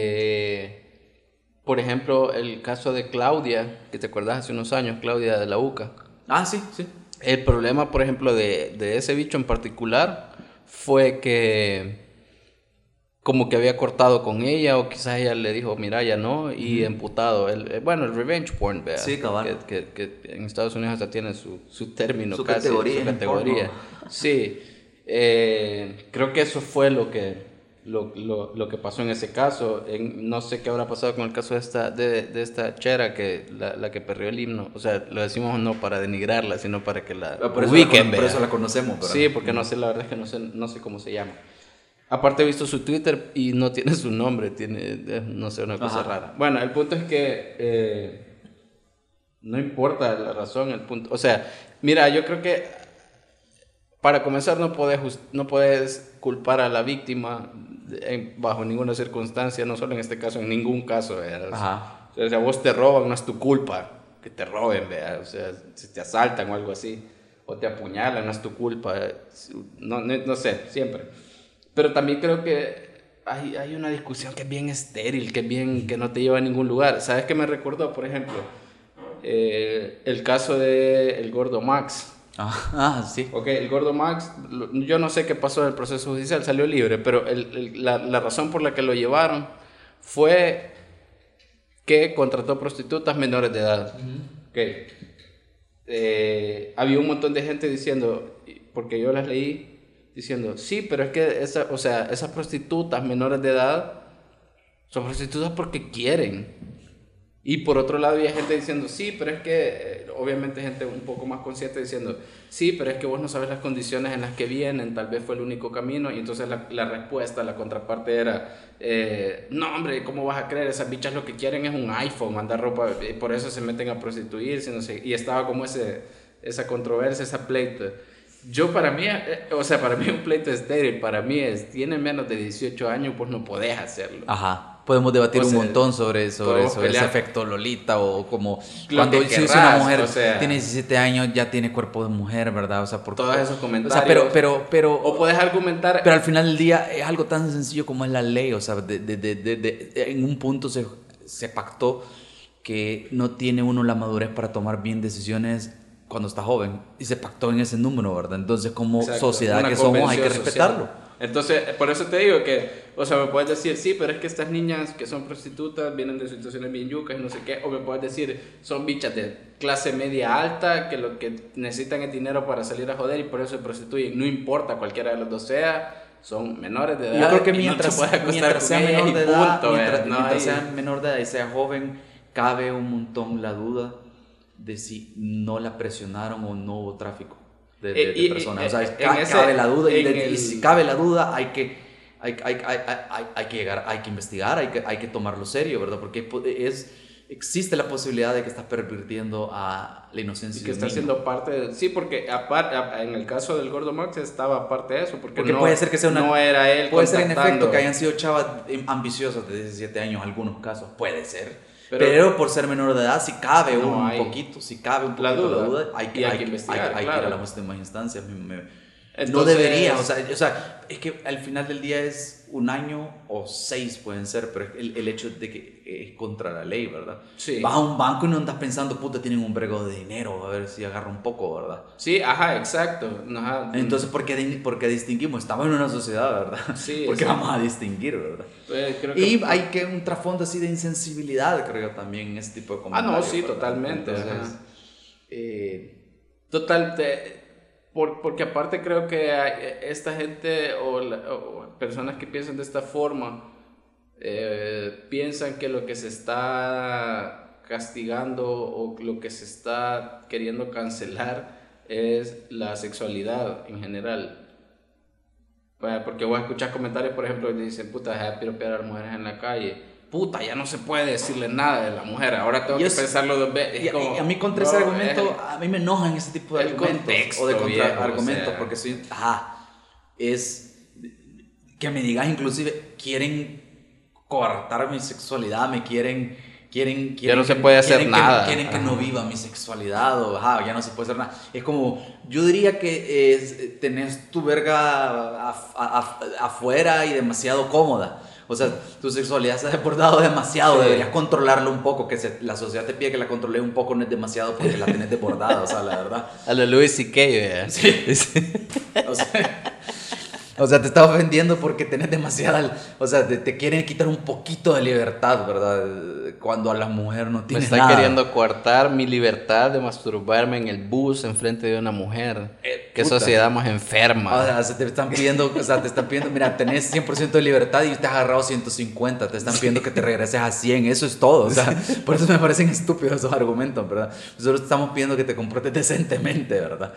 eh, por ejemplo, el caso de Claudia, que te acuerdas hace unos años, Claudia de la UCA. Ah, sí, sí. El problema, por ejemplo, de, de ese bicho en particular fue que como que había cortado con ella o quizás ella le dijo, mira, ya no, y emputado. El, eh, bueno, el revenge porn, ¿verdad? Sí, cabal. Que, que, que en Estados Unidos hasta tiene su, su término Su casi, categoría su en categoría. Sí, eh, creo que eso fue lo que, lo, lo, lo que pasó en ese caso. En, no sé qué habrá pasado con el caso de esta, de, de esta chera, que la, la que perrió el himno. O sea, lo decimos no para denigrarla, sino para que la Ah, por eso ubiquen, la, por ¿verdad? eso la conocemos, ¿verdad? Sí, porque no sé, la verdad es que no sé, no sé cómo se llama. Aparte he visto su Twitter y no tiene su nombre, tiene, eh, no sé, una cosa Ajá. rara. Bueno, el punto es que eh, no importa la razón, el punto, o sea, mira, yo creo que para comenzar no puedes, just- no puedes culpar a la víctima en- bajo ninguna circunstancia, no solo en este caso, en ningún caso, ¿verdad? Ajá. O sea, si a vos te roban, no es tu culpa que te roben, ¿verdad? O sea, si te asaltan o algo así, o te apuñalan, no es tu culpa, no, no, no sé, siempre. Pero también creo que hay, hay una discusión que es bien estéril, que es bien, que no te lleva a ningún lugar. ¿Sabes qué me recordó, por ejemplo? Eh, el caso de el gordo Max. Ah, ah, sí. Ok, el gordo Max, lo- yo no sé qué pasó en el proceso judicial, salió libre, pero el, el- la, la razón por la que lo llevaron fue que contrató prostitutas menores de edad. Ok. Eh, había un montón de gente diciendo, porque yo las leí, diciendo, sí, pero es que esa, o sea, esas prostitutas menores de edad son prostitutas porque quieren. Y por otro lado había gente diciendo, sí, pero es que, eh, obviamente gente un poco más consciente diciendo, sí, pero es que vos no sabes las condiciones en las que vienen, tal vez fue el único camino. Y entonces la, la respuesta, la contraparte era, eh, no hombre, ¿cómo vas a creer? Esas bichas lo que quieren es un iPhone, mandar ropa, y por eso se meten a prostituirse, no sé. Y estaba como ese, esa controversia, esa pleito. Yo para mí, eh, o sea, para mí un pleito estéril, para mí es, tiene menos de dieciocho años, pues no podés hacerlo. Ajá. Podemos debatir O un sea, montón sobre, sobre, podemos sobre ese pelear. efecto Lolita o como Lo cuando que si es querrás, una mujer o sea. tiene diecisiete años ya tiene cuerpo de mujer, ¿verdad? O sea, por Todos esos comentarios. O sea, pero pero pero O puedes argumentar, pero al final del día es algo tan sencillo como es la ley, o sea, de, de, de, de, de- en un punto se, se pactó que no tiene uno la madurez para tomar bien decisiones cuando está joven y se pactó en ese número, ¿verdad? Entonces, como exacto, sociedad una que somos, hay que convención respetarlo. social. Entonces, por eso te digo que, o sea, me puedes decir, sí, pero es que estas niñas que son prostitutas vienen de situaciones bien yucas y no sé qué, o me puedes decir, son bichas de clase media alta que lo que necesitan es dinero para salir a joder y por eso se prostituyen. No importa, cualquiera de los dos sea, son menores de edad. Yo creo que y mientras, no te puedes acostar mientras con sea ellas menor y de edad, punto, mientras, ¿eh? No mientras hay- sea menor de edad y sea joven, cabe un montón la duda de si no la presionaron o no hubo tráfico de, de- Eh, de y- personas. y- O sea, en ca- ese- cabe la duda y, en de- y el- si cabe la duda hay que, hay, hay, hay, hay, hay que llegar, hay que investigar, hay que, hay que tomarlo serio, ¿verdad? Porque es, existe la posibilidad de que estás pervirtiendo a la inocencia Y que de un está niño. siendo parte de... Sí, porque aparte, en el caso del Gordo Max estaba parte de eso, porque, Porque no, puede ser que sea una, no era él puede ser en contactando. efecto que hayan sido chavas ambiciosas de diecisiete años, algunos casos, puede ser. Pero, Pero- por ser menor de edad, si cabe No, un hay- poquito, si cabe un la poquito la duda, duda, hay que, y hay hay, que que- investigar, hay que- hay que ir claro. a las demás instancias. Me- me- no Entonces- debería, o sea, o sea, es que al final del día es un año o seis pueden ser, pero es el, el hecho de que es contra la ley, ¿verdad? Sí. Vas a un banco y no andas pensando, puta, tienen un brego de dinero, a ver si agarra un poco, ¿verdad? Sí, ajá, exacto. Ajá. Entonces, ¿por qué, di- por qué distinguimos? Estamos en una sociedad, ¿verdad? Sí, ¿Por qué exacto. vamos a distinguir, verdad? Eh, creo que- Y hay que un trasfondo así de insensibilidad, creo yo, también en este tipo de Ah, comentarios. no, sí, ¿verdad? totalmente. Entonces, ajá. eh, Total, te- por, porque aparte creo que hay- esta gente o, la- o personas que piensan de esta forma eh, piensan que lo que se está castigando o lo que se está queriendo cancelar es la sexualidad en general. Bueno, porque voy a escuchar comentarios, por ejemplo, que dicen, puta, deja de piropear a las mujeres en la calle. Puta, ya no se puede decirle nada de la mujer, ahora tengo Yo que sé- pensarlo dos veces. y, Es como, y a mí contra ese bro, argumento, es- a mí me enojan ese tipo de el argumentos. contexto, o de viejo, contraargumentos, o sea. porque soy, ajá, es que me digas inclusive, quieren coartar mi sexualidad, me quieren... Quieren, quieren no se que- puede hacer quieren que- nada. Quieren que Ajá. no viva mi sexualidad, o ajá, ya no se puede hacer nada. Es como, yo diría que es, tenés tu verga af- af- afuera y demasiado cómoda. O sea, tu sexualidad se ha desbordado demasiado, Sí. deberías controlarlo un poco, que se- la sociedad te pide que la controle un poco, no es demasiado porque la tenés desbordada, o sea, la verdad. A lo Louis C K, ¿verdad? O sea, o sea, te está ofendiendo porque tenés demasiada, o sea, te, te quieren quitar un poquito de libertad, ¿verdad? Cuando a la mujer no Me tiene está nada. queriendo coartar mi libertad de masturbarme en el bus enfrente de una mujer. Eh, Qué puta. sociedad más enferma. O sea, se te están pidiendo, o sea, te están pidiendo, mira, tenés cien por ciento de libertad y te has agarrado ciento cincuenta, te están pidiendo que te regreses a cien, eso es todo, o sea, por eso me parecen estúpidos esos argumentos, ¿verdad? Nosotros te estamos pidiendo que te comportes decentemente, ¿verdad?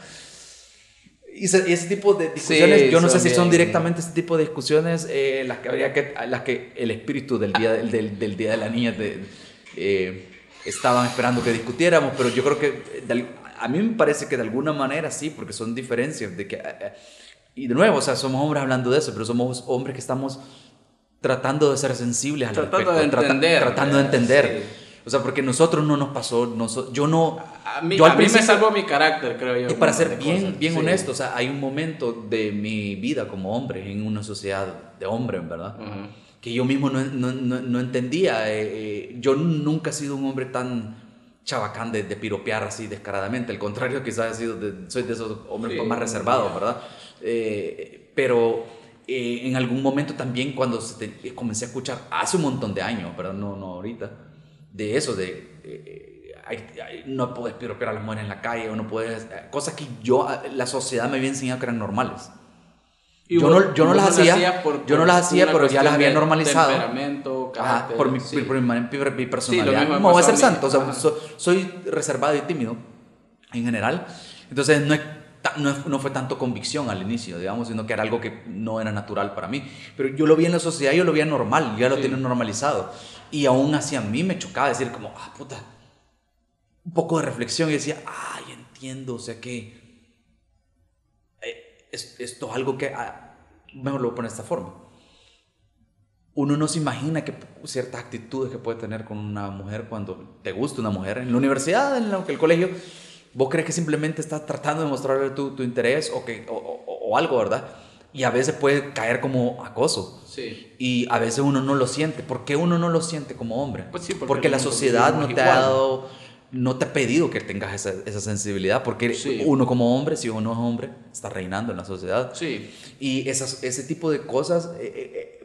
Y ese, y ese tipo de discusiones, Sí, yo no sé son si son bien. directamente ese tipo de discusiones eh, las que habría que, las que el espíritu del día del, del, del día de la niña de, eh, estaban esperando que discutiéramos, pero yo creo que de al- a mí me parece que de alguna manera sí, porque son diferencias de que eh, eh, y de nuevo, o sea, somos hombres hablando de eso, pero somos hombres que estamos tratando de ser sensibles al Tratando respecto, de entender, tratando de ¿verdad? entender. Sí. O sea, porque nosotros no nos pasó, noso- yo no A mí, yo al a mí me principio- salvó mi carácter, creo yo. y para un ser montón de bien, cosas. bien Sí. honesto, o sea, hay un momento de mi vida como hombre en una sociedad de hombres, ¿verdad? Ujú. Que yo mismo no, no, no, no entendía. eh, eh, yo nunca he sido un hombre tan chabacán de, de piropear así descaradamente. Al contrario, quizás he sido de, soy de esos hombres Sí, más reservados, ¿verdad? Eh, pero eh, en algún momento también cuando se te- comencé a escuchar, hace un montón de años, ¿verdad? No, no ahorita, de eso, de... eh, Ay, ay, no puedes piropear a las mujeres en la calle o no puedes, eh, cosas que yo, la sociedad me había enseñado que eran normales. Y Yo vos- no, yo no vos las hacía, hacías por- yo no por las hacía, una pero ya las cuestión había de normalizado. Temperamento, Ajá, carácter, por mi, sí. por mi, mi- mi personalidad. Sí, lo mismo me no voy a pasó ser a mí. santo, o sea, Ajá. so- soy reservado y tímido en general. Entonces no, es ta- no, es- no fue tanto convicción al inicio, digamos, sino que era algo que no era natural para mí. Pero yo lo vi en la sociedad, yo lo veía normal, yo ya lo Sí. tenía normalizado. Y aún así a mí me chocaba decir como, ah, puta, un poco de reflexión y decía, ay, entiendo, o sea que eh, es- esto es algo que, ah, mejor lo voy a poner de esta forma. Uno no se imagina que ciertas actitudes que puede tener con una mujer cuando te gusta una mujer. En la universidad, en la- el colegio, vos crees que simplemente estás tratando de mostrarle tu, tu interés o, que, o, o- o algo, ¿verdad? Y a veces puede caer como acoso. Sí. Y a veces uno no lo siente. ¿Por qué uno no lo siente como hombre? Pues sí, porque porque la no sociedad no vivimos te ha igual. dado, no te ha pedido que tengas esa, esa sensibilidad. Porque Sí. uno como hombre, si uno es hombre, está reinando en la sociedad. Sí. Y esas, ese tipo de cosas, eh, eh,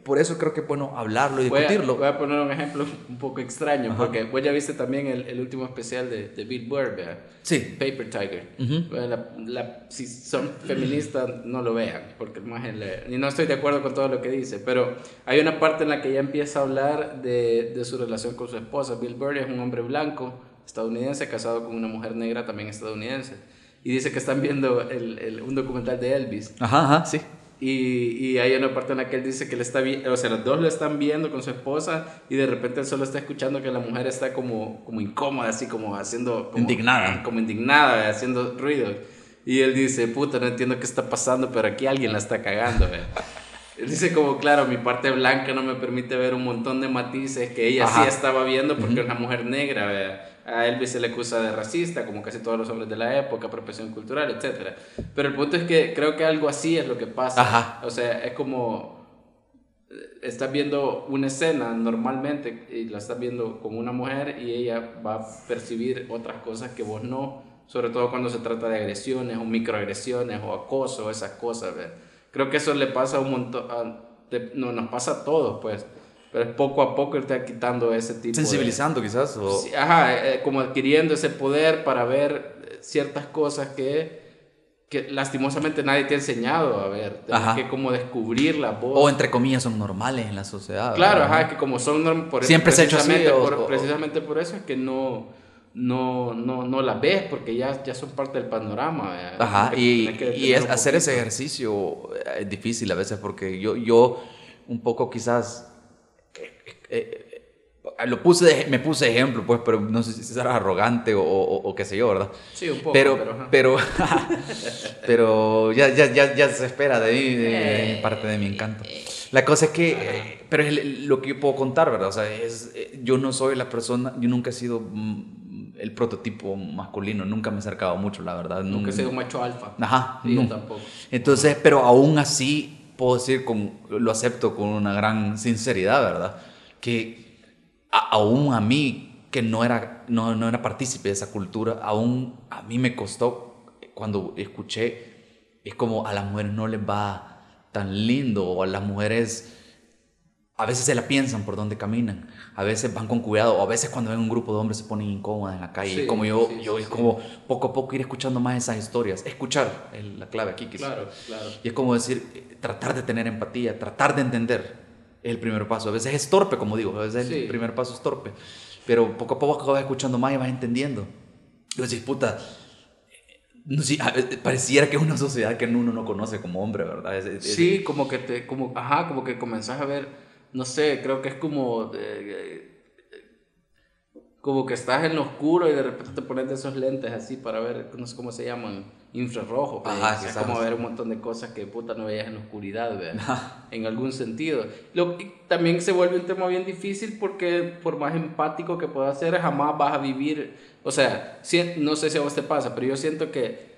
por eso creo que es bueno hablarlo y voy discutirlo. A, voy a poner un ejemplo un poco extraño, Ajá. porque vos ya viste también el, el último especial de, de Bill Burr, ¿verdad? Sí. Paper Tiger. Uh-huh. La, la, si son feministas, no lo vean, porque más le, y no estoy de acuerdo con todo lo que dice, pero hay una parte en la que ya empieza a hablar de, de su relación con su esposa. Bill Burr es un hombre blanco, estadounidense, casado con una mujer negra también estadounidense. Y dice que están viendo el, el, un documental de Elvis. Ajá, ajá, sí. Y, y hay una parte en la que él dice que le está vi- o sea, los dos lo están viendo con su esposa y de repente él solo está escuchando que la mujer está como, como incómoda, así como haciendo... Como, indignada. Como indignada, haciendo ruido. Y él dice, puta, no entiendo qué está pasando, pero aquí alguien la está cagando, ¿ve? Él dice como, claro, mi parte blanca no me permite ver un montón de matices que ella Ajá. sí estaba viendo porque uh-huh. es una mujer negra, ¿ve? A Elvis se le acusa de racista, como casi todos los hombres de la época, apropiación cultural, etcétera. Pero el punto es que creo que algo así es lo que pasa. Ajá. O sea, es como... Estás viendo una escena normalmente y la estás viendo como una mujer y ella va a percibir otras cosas que vos no, sobre todo cuando se trata de agresiones o microagresiones o acoso, esas cosas, ¿ve? Creo que eso le pasa a un montón... A, de, no, nos pasa a todos, pues. Pero es poco a poco irte quitando ese tipo sensibilizando de, quizás o... sí, ajá, eh, como adquiriendo ese poder para ver ciertas cosas que, que lastimosamente nadie te ha enseñado a ver, tienes que como descubrirlas vos. O entre comillas son normales en la sociedad. Claro, ¿verdad? ajá, que como son norm- por siempre se ha hecho así por, o, precisamente por eso es que no no, no, no las ves porque ya, ya son parte del panorama. ¿verdad? Ajá, que, y, que y es, hacer ese ejercicio es difícil a veces porque yo, yo un poco quizás Eh, eh, lo puse de, me puse ejemplo pues, pero no sé si será arrogante o, o, o qué sé yo, ¿verdad? Sí, un poco, pero pero pero, pero ya, ya, ya, ya se espera de mí, de, de parte de mi encanto. La cosa es que, eh, pero es lo que yo puedo contar, ¿verdad? O sea, es, eh, yo no soy la persona, yo nunca he sido mm, el prototipo masculino, nunca me he acercado mucho, la verdad. Nunca, nunca he sido un macho alfa. Ajá, sí, no. yo tampoco. Entonces, pero aún así puedo decir, con, lo acepto con una gran sinceridad, ¿verdad? Que a, aún a mí, que no era, no, no era partícipe de esa cultura, aún a mí me costó, cuando escuché, es como a las mujeres no les va tan lindo, o a las mujeres a veces se la piensan por dónde caminan, a veces van con cuidado, o a veces cuando ven un grupo de hombres se ponen incómodas en la calle, sí, como yo, sí, yo sí, es sí. como poco a poco ir escuchando más esas historias, escuchar es la clave aquí, que claro, claro. Y es como decir, tratar de tener empatía, tratar de entender. Es el primer paso. A veces es torpe, como digo, a veces sí. el primer paso es torpe, pero poco a poco vas escuchando más y vas entendiendo. Y vas a decir, puta, no, sí, pareciera que es una sociedad que uno no conoce como hombre, ¿verdad? Es, es, sí, es, como que te, como, ajá, como que comenzás a ver, no sé, creo que es como, eh, como que estás en lo oscuro y de repente te pones de esos lentes así para ver, no sé cómo se llaman, infrarrojos. Ajá, es como ver un montón de cosas que puta no veías en la oscuridad, en algún sentido. Lo, y también se vuelve un tema bien difícil porque por más empático que puedas ser, jamás vas a vivir, o sea, si, no sé si a vos te pasa, pero yo siento que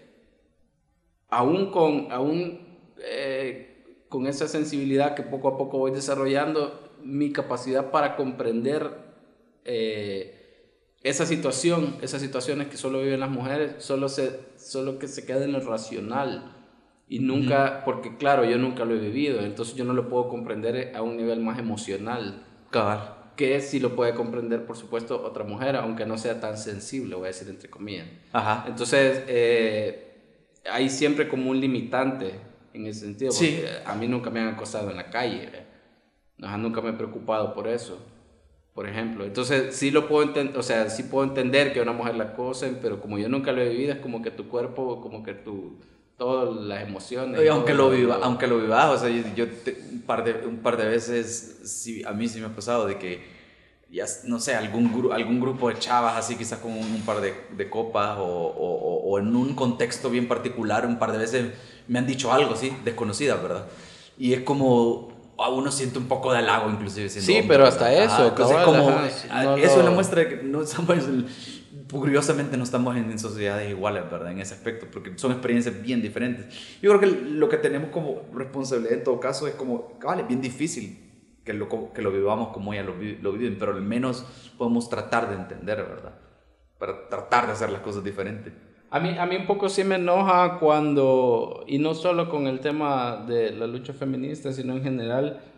aún con, aún, eh, con esa sensibilidad que poco a poco voy desarrollando, mi capacidad para comprender eh, esa situación, esas situaciones que solo viven las mujeres, solo, se, solo que se queda en lo racional y nunca, uh-huh. porque claro, yo nunca lo he vivido, entonces yo no lo puedo comprender a un nivel más emocional. Cabal. Que sí lo puede comprender, por supuesto, otra mujer, aunque no sea tan sensible, voy a decir entre comillas. Ajá. Entonces, eh, hay siempre como un limitante en ese sentido, porque sí. a mí nunca me han acosado en la calle, ¿eh? Ajá, nunca me he preocupado por eso. Por ejemplo, entonces sí lo puedo entender, o sea, sí puedo entender que a una mujer la acosen, pero como yo nunca lo he vivido, es como que tu cuerpo, como que tu, todas las emociones. Y aunque lo viva, lo... aunque lo vivas, o sea, yo, yo te, un par de un par de veces sí, a mí sí me ha pasado de que ya no sé, algún gru, algún grupo de chavas así quizás con un, un par de, de copas o, o, o en un contexto bien particular, un par de veces me han dicho algo así, desconocida, ¿verdad? Y es como a uno siente un poco de halago inclusive siendo sí, hombre, pero hasta ¿verdad? eso, ah, cabal, como, ajá, no eso lo... es la muestra de que no estamos, curiosamente no estamos en sociedades iguales, ¿verdad? En ese aspecto, porque son experiencias bien diferentes. Yo creo que lo que tenemos como responsabilidad en todo caso es como, vale, bien difícil que lo, que lo vivamos como ellas lo, lo viven, pero al menos podemos tratar de entender, ¿verdad? Para tratar de hacer las cosas diferentes. A mí, a mí un poco sí me enoja cuando, y no solo con el tema de la lucha feminista, sino en general,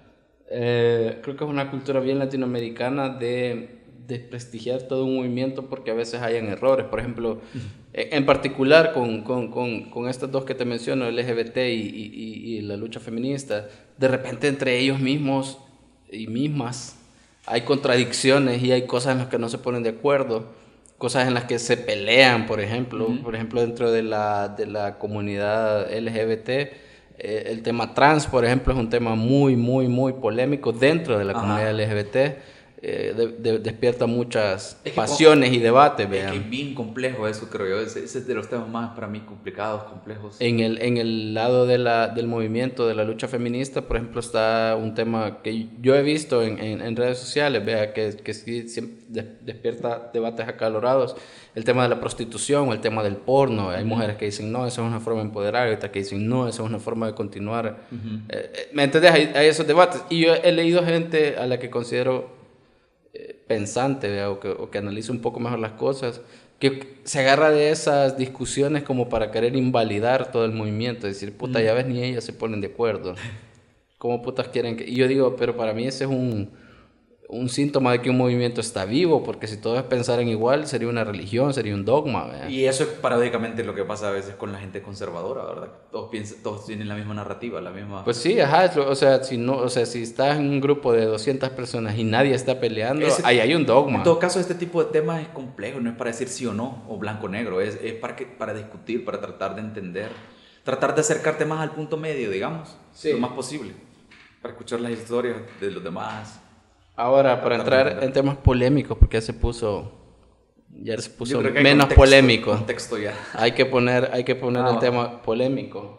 Eh, creo que es una cultura bien latinoamericana de desprestigiar todo un movimiento porque a veces hayan errores. Por ejemplo, uh-huh. en particular con, con, con, con estas dos que te menciono, L G B T y, y, y la lucha feminista, de repente entre ellos mismos y mismas hay contradicciones y hay cosas en las que no se ponen de acuerdo, cosas en las que se pelean, por ejemplo. Uh-huh. Por ejemplo, dentro de la, de la comunidad L G B T, eh, el tema trans, por ejemplo, es un tema muy, muy, muy polémico dentro de la Ajá. comunidad L G B T. Eh, de, de, despierta muchas es que pasiones como, y debates. Vean. Es que es bien complejo eso, creo yo. Ese, ese es de los temas más para mí complicados, complejos. En el, en el lado de la, del movimiento, de la lucha feminista, por ejemplo, está un tema que yo he visto en, en, en redes sociales, vea, que, que sí despierta debates acalorados. El tema de la prostitución, el tema del porno. Hay uh-huh. mujeres que dicen, no, eso es una forma de empoderar, y otras que dicen, no, eso es una forma de continuar. Uh-huh. Eh, ¿Me entendés? Hay, hay esos debates. Y yo he leído gente a la que considero pensante, ¿vea? O, que, o que analice un poco mejor las cosas, que se agarra de esas discusiones como para querer invalidar todo el movimiento, decir, puta, mm. ya ves, ni ellas se ponen de acuerdo. ¿Cómo putas quieren que...? Y yo digo, pero para mí ese es un, un síntoma de que un movimiento está vivo, porque si todos pensaran igual, sería una religión, sería un dogma, ¿vea? Y eso es paradójicamente lo que pasa a veces con la gente conservadora, ¿verdad? Todos piensan, todos tienen la misma narrativa, la misma... Pues sí, ajá, o sea, si no, o sea, si estás en un grupo de doscientas personas y nadie está peleando, Ese, ahí hay un dogma. En todo caso, este tipo de temas es complejo, no es para decir sí o no, o blanco o negro, es, es para, que, para discutir, para tratar de entender, tratar de acercarte más al punto medio, digamos, sí. lo más posible, para escuchar las historias de los demás. Ahora, para entrar en temas polémicos, porque ya se puso, ya se puso menos contexto, polémico. Contexto ya. Hay que poner, hay que poner ah, el tema polémico.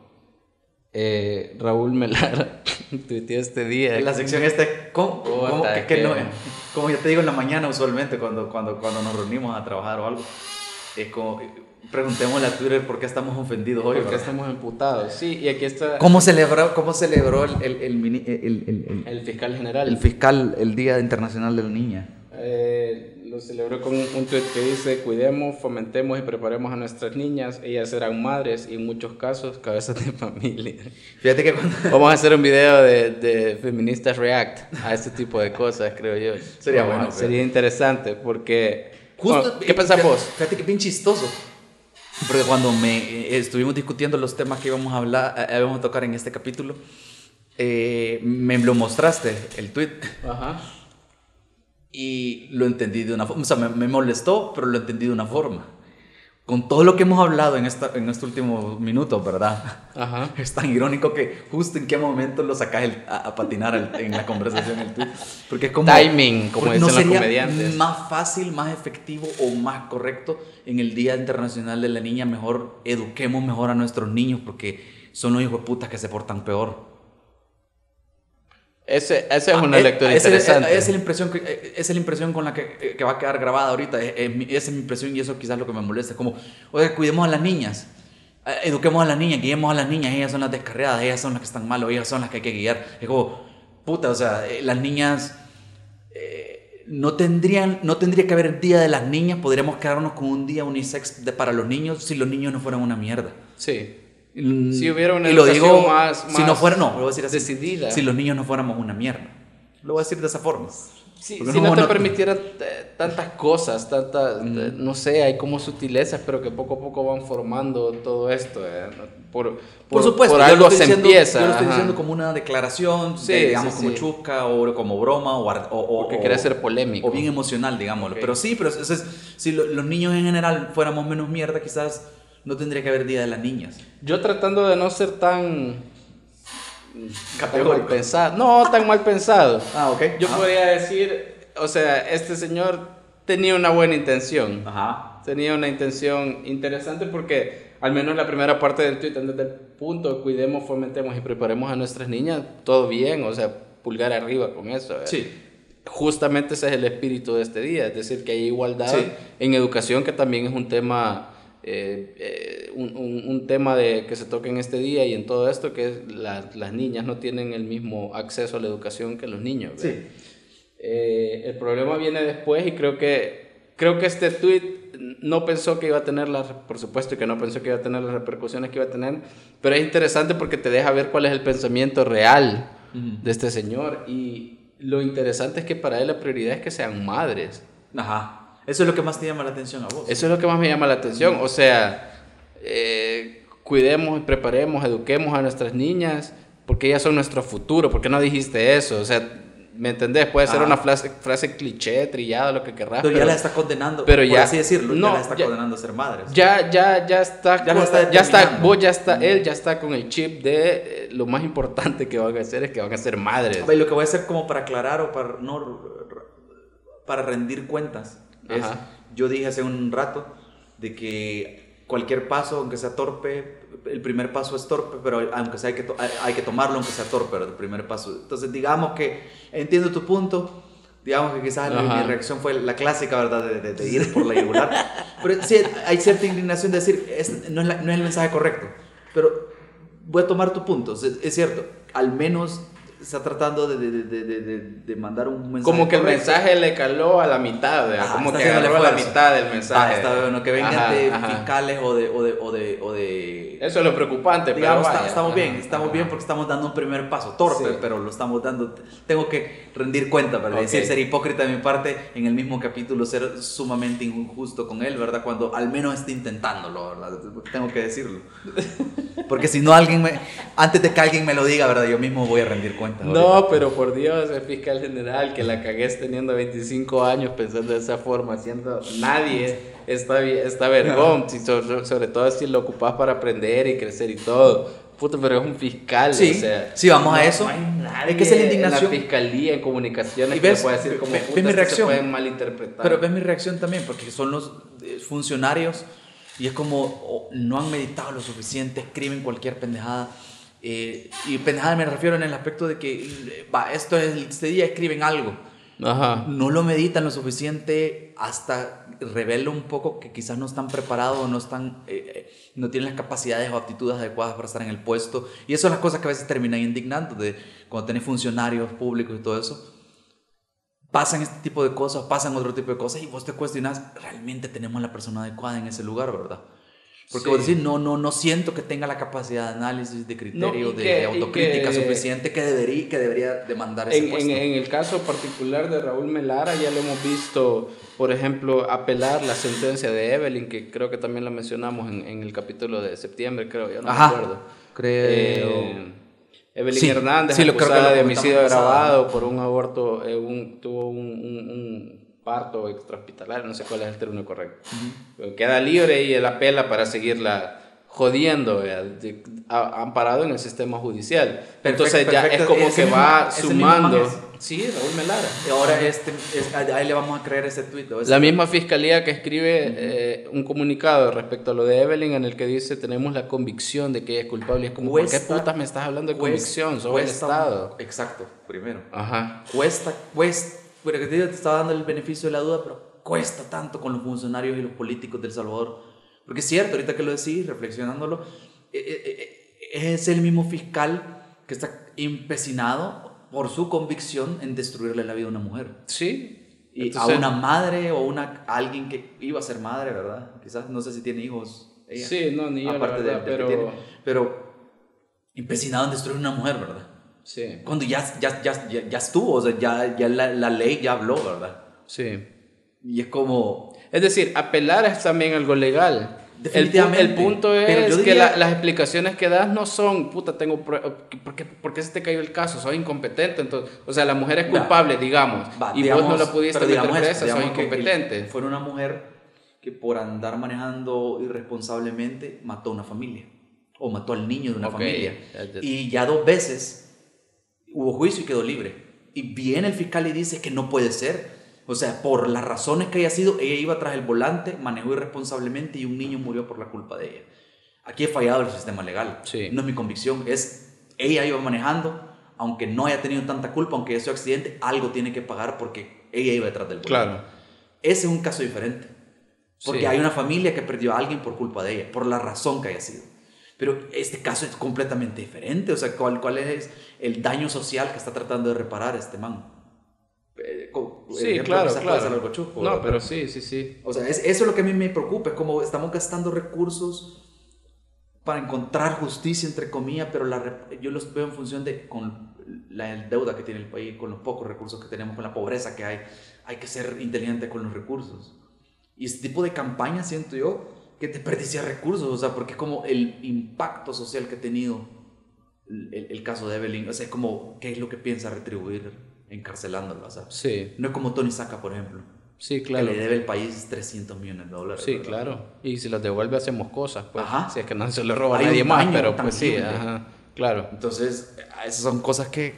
Eh, Raúl Melara tuiteó este día. En la sección este, ¿cómo, ¿cómo, que, que no, como ya te digo en la mañana usualmente cuando, cuando, cuando nos reunimos a trabajar o algo, es como... Preguntémosle a Twitter por qué estamos ofendidos hoy. Por qué estamos emputados. Sí, y aquí está. ¿Cómo celebró, cómo celebró el, el, el, el, el, el, el fiscal general? El fiscal el Día Internacional de la Niña. Eh, lo celebró con un, un tweet que dice: cuidemos, fomentemos y preparemos a nuestras niñas. Ellas serán madres y en muchos casos cabezas de familia. Fíjate que cuando... Vamos a hacer un video de, de feministas react a este tipo de cosas, creo yo. Sería bueno. Sería pero... interesante porque... Justo, bueno, ¿qué pensás vos? Fíjate que bien chistoso. Porque cuando me eh, estuvimos discutiendo los temas que íbamos a hablar, eh, íbamos a tocar en este capítulo, eh, me lo mostraste, el tweet. Ajá. Y lo entendí de una forma, o sea, me, me molestó, pero lo entendí de una forma. Con todo lo que hemos hablado en, esta, en estos últimos minutos, ¿verdad? Ajá. Es tan irónico que justo en qué momento lo sacas el, a, a patinar el, en la conversación, el tweet. Porque es como... Timing, como dicen no los comediantes. ¿No sería más fácil, más efectivo o más correcto en el Día Internacional de la Niña? Mejor eduquemos mejor a nuestros niños porque son los hijos de putas que se portan peor. Ese, esa es una ah, lectura esa, interesante. Esa es la impresión, que, esa es la impresión con la que, que va a quedar grabada ahorita. Es, es, esa es mi impresión y eso quizás es lo que me molesta. Como, oye, cuidemos a las niñas, eduquemos a las niñas, guiemos a las niñas. Ellas son las descarriadas, ellas son las que están mal, o ellas son las que hay que guiar. Es como, puta, o sea, las niñas... Eh, no, tendrían, no tendría que haber el Día de las Niñas. Podríamos quedarnos con un día unisex de, para los niños si los niños no fueran una mierda. Sí. Si hubiera una y lo educación digo, más, más si no fuera, no, lo voy a decir así, decidida. Si los niños no fuéramos una mierda. Lo voy a decir de esa forma. Sí, si no, no te permitieran tantas cosas, tantas, mm. no sé, hay como sutilezas, pero que poco a poco van formando todo esto. Eh. Por, por, por supuesto, por algo se diciendo, empieza. Yo lo estoy diciendo como una declaración, sí, de, digamos, sí, como sí. chusca o como broma o, o, Porque o, quiere ser polémico. O bien emocional, digámoslo. Okay. Pero sí, pero eso es, si lo, los niños en general fuéramos menos mierda, quizás no tendría que haber Día de las Niñas. Yo tratando de no ser tan... tan mal pensado. No, tan mal pensado. Ah, ok. Yo Ajá. podría decir, o sea, este señor tenía una buena intención. Ajá. Tenía una intención interesante porque al menos la primera parte del tweet, desde el punto, cuidemos, fomentemos y preparemos a nuestras niñas, todo bien, o sea, pulgar arriba con eso. ¿eh? Sí. Justamente ese es el espíritu de este día, es decir, que hay igualdad sí. en educación, que también es un tema... Eh, eh, un, un, un tema de, que se toca en este día y en todo esto, que es la, las niñas no tienen el mismo acceso a la educación que los niños. Sí. Eh, el problema viene después y creo que, creo que este tweet no pensó que iba a tener las, por supuesto que no pensó que iba a tener las repercusiones que iba a tener, pero es interesante porque te deja ver cuál es el pensamiento real uh-huh. de este señor. Y lo interesante es que para él la prioridad es que sean madres. Ajá. Eso es lo que más te llama la atención a vos. Eso es lo que más me llama la atención. O sea, eh, cuidemos, preparemos, eduquemos a nuestras niñas, porque ellas son nuestro futuro. ¿Por qué no dijiste eso? O sea, ¿me entendés? Puede ser ah. una frase, frase cliché, trillada, lo que querrás. Pero, pero ya la está condenando, pero por ya, así decirlo, no, ya la está ya, condenando a ser madres. Ya, ya, ya está, ya, está, ya está, vos ya está, él ya está con el chip de eh, lo más importante que van a hacer es que van a ser madres. Ver, lo que voy a hacer como para aclarar o para no, para rendir cuentas es, Ajá. yo dije hace un rato de que cualquier paso, aunque sea torpe, el primer paso es torpe, pero aunque sea hay que, to- hay que tomarlo aunque sea torpe, pero el primer paso. Entonces digamos que entiendo tu punto, digamos que quizás mi, mi reacción fue la clásica, ¿verdad? De, de, de ir por la yugular, pero sí hay cierta indignación de decir, es, no, es la, no es el mensaje correcto, pero voy a tomar tu punto, es, es cierto, al menos está tratando de, de, de, de, de, de mandar un mensaje como que correcto. El mensaje le caló a la mitad, Ajá, como que agarró a la mitad del mensaje. Ah, está bueno, que vengan ajá, de ajá. fiscales o de, o de, o de, o de... Eso es lo preocupante, digamos, pero vaya. estamos Ajá, bien, estamos ajá. bien porque estamos dando un primer paso, torpe, sí. pero lo estamos dando, tengo que rendir cuenta, ¿verdad? Okay. Decir, ser hipócrita de mi parte, en el mismo capítulo ser sumamente injusto con él, ¿verdad? Cuando al menos esté intentándolo, ¿verdad? Tengo que decirlo. Porque si no alguien me, antes de que alguien me lo diga, ¿verdad? Yo mismo voy a rendir cuenta. No, ahorita. Pero por Dios, el fiscal general, que la cagué teniendo veinticinco años pensando de esa forma, siendo nadie, está, está vergón, si, sobre, sobre todo si lo ocupás para aprender y crecer y todo. Puto, pero es un fiscal, sí, o sea. Sí, vamos no, a eso. No hay nadie es que es la indignación. En la fiscalía, en comunicaciones, y ves, que puede decir como ve, puta, ve mi reacción. se pueden malinterpretar. Pero ves mi reacción también, porque son los funcionarios y es como oh, no han meditado lo suficiente, escriben cualquier pendejada. Eh, y pendejada me refiero en el aspecto de que va, esto es, este día escriben algo. Ajá. No lo meditan lo suficiente, hasta revela un poco que quizás no están preparados, no están, eh, no tienen las capacidades o aptitudes adecuadas para estar en el puesto. Y eso son las cosas que a veces terminan indignando, de cuando tenés funcionarios públicos y todo eso. Pasan este tipo de cosas, pasan otro tipo de cosas y vos te cuestionás, ¿realmente tenemos la persona adecuada en ese lugar, verdad? Porque sí. vos decís, no, no, no siento que tenga la capacidad de análisis, de criterio, no, de, que, de autocrítica que, suficiente que debería, que debería demandar ese en, puesto. En, en el caso particular de Raúl Melara ya lo hemos visto, por ejemplo, apelar la sentencia de Evelyn, que creo que también la mencionamos en, en el capítulo de septiembre, creo, yo no Ajá, me acuerdo. Creo... Eh, Evelyn sí, Hernández, sí, acusada lo de homicidio agravado pasado. por un aborto, eh, un, tuvo un, un, un parto extrahospitalario, no sé cuál es el término correcto. Uh-huh. Queda libre y él apela para seguirla jodiendo, eh, amparado en el sistema judicial. Perfecto, Entonces ya perfecto. es como ese que mismo, va sumando. Sí, Raúl Melara. Y ahora este, es, ahí le vamos a creer ese tuit. Ese la misma fiscalía que escribe uh-huh. eh, un comunicado respecto a lo de Evelyn en el que dice tenemos la convicción de que ella es culpable. Y es como, cuesta, ¿por qué putas me estás hablando de cuesta, convicción? Sobre el Estado. Exacto, primero. Ajá. Cuesta, cuesta. Bueno, que te estaba dando el beneficio de la duda, pero cuesta tanto con los funcionarios y los políticos de El Salvador. Porque es cierto, ahorita que lo decís, reflexionándolo, eh, eh, eh, es el mismo fiscal que está empecinado por su convicción en destruirle la vida a una mujer. Sí. Y Entonces, a una madre o una, a alguien que iba a ser madre, ¿verdad? Quizás, no sé si tiene hijos ella. Sí, no, ni yo, aparte la verdad, de, de pero... que tiene, pero empecinado en destruir una mujer, ¿verdad? Sí. Cuando ya, ya, ya, ya, ya estuvo, o sea, ya, ya la, la ley ya habló, ¿verdad? Sí. Y es como... Es decir, apelar es también algo legal. Definitivamente. El, el punto es diría, que la, las explicaciones que das no son, puta, tengo pruebas, ¿por qué, ¿por qué se te cayó el caso? Soy incompetente. Entonces, o sea, la mujer es culpable, ya, digamos, va, y digamos, vos no la pudiste meter presa, soy incompetente. Fue una mujer que por andar manejando irresponsablemente mató a una familia, o mató al niño de una okay. familia. Y ya dos veces hubo juicio y quedó libre. Y viene el fiscal y dice que no puede ser. O sea, por las razones que haya sido, ella iba tras el volante, manejó irresponsablemente y un niño murió por la culpa de ella. Aquí he fallado el sistema legal. Sí. No es mi convicción, es ella iba manejando, aunque no haya tenido tanta culpa, aunque ese accidente, algo tiene que pagar porque ella iba detrás del volante. Claro. Ese es un caso diferente. Porque sí. hay una familia que perdió a alguien por culpa de ella, por la razón que haya sido. Pero este caso es completamente diferente. O sea, ¿cuál, cuál es el daño social que está tratando de reparar este man? Sí, claro, claro. Algo chupo, no, pero, pero sí, sí, sí. O sea, es, eso es lo que a mí me preocupa, es como estamos gastando recursos para encontrar justicia, entre comillas, pero la, yo los veo en función de con la deuda que tiene el país, con los pocos recursos que tenemos, con la pobreza que hay. Hay que ser inteligente con los recursos. Y este tipo de campaña, siento yo, que desperdicia recursos, o sea, porque es como el impacto social que ha tenido el, el, el caso de Evelyn, o sea, es como, ¿qué es lo que piensa retribuir encarcelándola? O sea, sí. No es como Tony Saca, por ejemplo. Sí, claro. Que le debe el país trescientos millones de dólares. Sí, ¿verdad? Claro. Y si los devuelve hacemos cosas, pues. Ajá. Si es que no se le roba a Hay nadie un más, daño pero pues sí, tangible. ajá, claro. Entonces, esas son cosas que...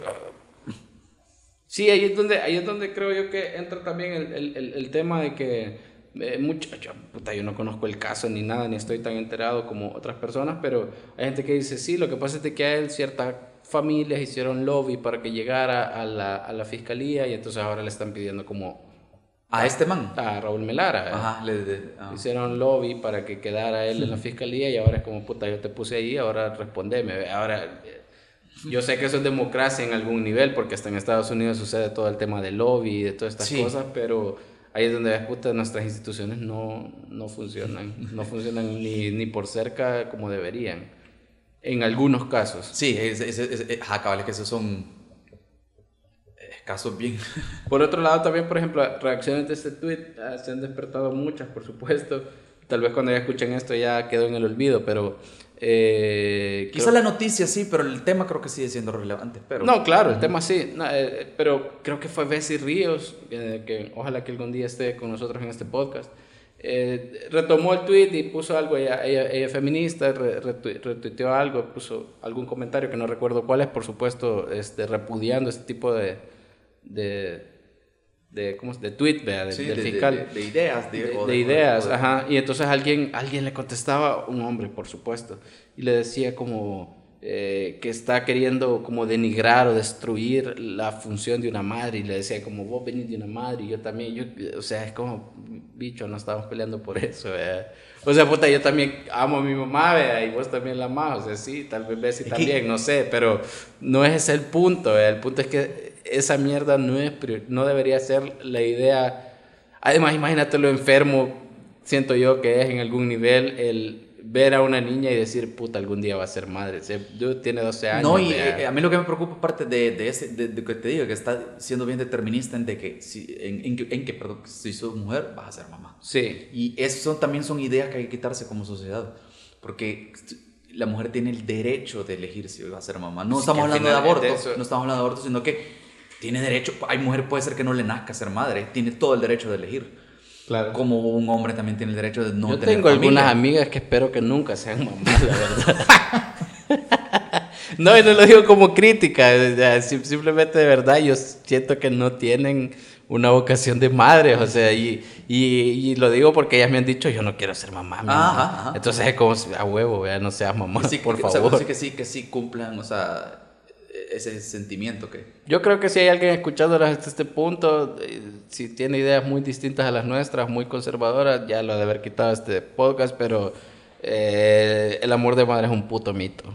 Sí, ahí es donde, ahí es donde creo yo que entra también el, el, el, el tema de que eh, mucho, yo, puta, yo no conozco el caso ni nada, ni estoy tan enterado como otras personas, pero hay gente que dice, sí, lo que pasa es de que a él ciertas familias hicieron lobby para que llegara a la, a la fiscalía y entonces ahora le están pidiendo como... A este man. A Raúl Melara. Ajá, le, le, ah. Hicieron lobby para que quedara él en la fiscalía y ahora es como, puta, yo te puse ahí, ahora respondeme. Ahora... Yo sé que eso es democracia en algún nivel, porque hasta en Estados Unidos sucede todo el tema del lobby y de todas estas sí. cosas, pero ahí es donde ves, puta, nuestras instituciones no, no funcionan, no funcionan ni, ni por cerca como deberían, en algunos casos. Sí, es, es, es, es, ajá, cabal, es que esos son casos bien... Por otro lado también, por ejemplo, reacciones de este tweet uh, se han despertado muchas, por supuesto, tal vez cuando ya escuchen esto ya quedó en el olvido, pero... Eh, Quizá creo... la noticia sí, pero el tema creo que sigue siendo relevante. Pero... No, claro, el tema sí, no, eh, pero creo que fue Bessie Ríos, eh, que ojalá que algún día esté con nosotros en este podcast, eh, retomó el tweet y puso algo, ella, ella, ella feminista, re, retu, retuiteó algo, puso algún comentario que no recuerdo cuál es, por supuesto, este, repudiando este tipo de... de de cómo de tweet, ¿verdad? De, sí, del de, fiscal de, de, de ideas de, de, de, de ideas, de, ajá, y entonces alguien alguien le contestaba, un hombre por supuesto, y le decía como eh, que está queriendo como denigrar o destruir la función de una madre, y le decía como vos venís de una madre y yo también, yo, o sea, es como bicho, no estamos peleando por eso, ¿verdad? O sea, puta, yo también amo a mi mamá, ¿verdad? Y vos también la amás, o sea, sí, tal vez Bessie también, no sé, pero no es ese el punto, ¿verdad? El punto es que esa mierda no, es, no debería ser la idea. Además, imagínate lo enfermo, siento yo que es en algún nivel el ver a una niña y decir, puta, algún día va a ser madre. Dude tiene doce años. No, y eh, a mí lo que me preocupa, aparte de, de ese, de, de que te digo, que está siendo bien determinista en, de que, si, en, en, en que perdón, si sos mujer, vas a ser mamá. Sí. Y eso son, también son ideas que hay que quitarse como sociedad. Porque la mujer tiene el derecho de elegir si va a ser mamá. No sí, estamos hablando de aborto, no estamos hablando de aborto, sino que tiene derecho, hay mujer puede ser que no le nazca ser madre, tiene todo el derecho de elegir. Claro. Como un hombre también tiene el derecho de no Yo tener tengo familia. algunas amigas que espero que nunca sean mamás, la verdad. No, y no lo digo como crítica, simplemente de verdad yo siento que no tienen una vocación de madres, o sea, y, y, y lo digo porque ellas me han dicho, yo no quiero ser mamá, mi mamá. Ajá, ajá. Entonces es como, a huevo, vea, no seas mamá, sí, por que, favor. O sea, que sí, que sí cumplan, o sea, ese sentimiento que... Yo creo que si hay alguien escuchándolas hasta este punto, si tiene ideas muy distintas a las nuestras, muy conservadoras, ya lo ha de haber quitado este podcast, pero eh, el amor de madre es un puto mito.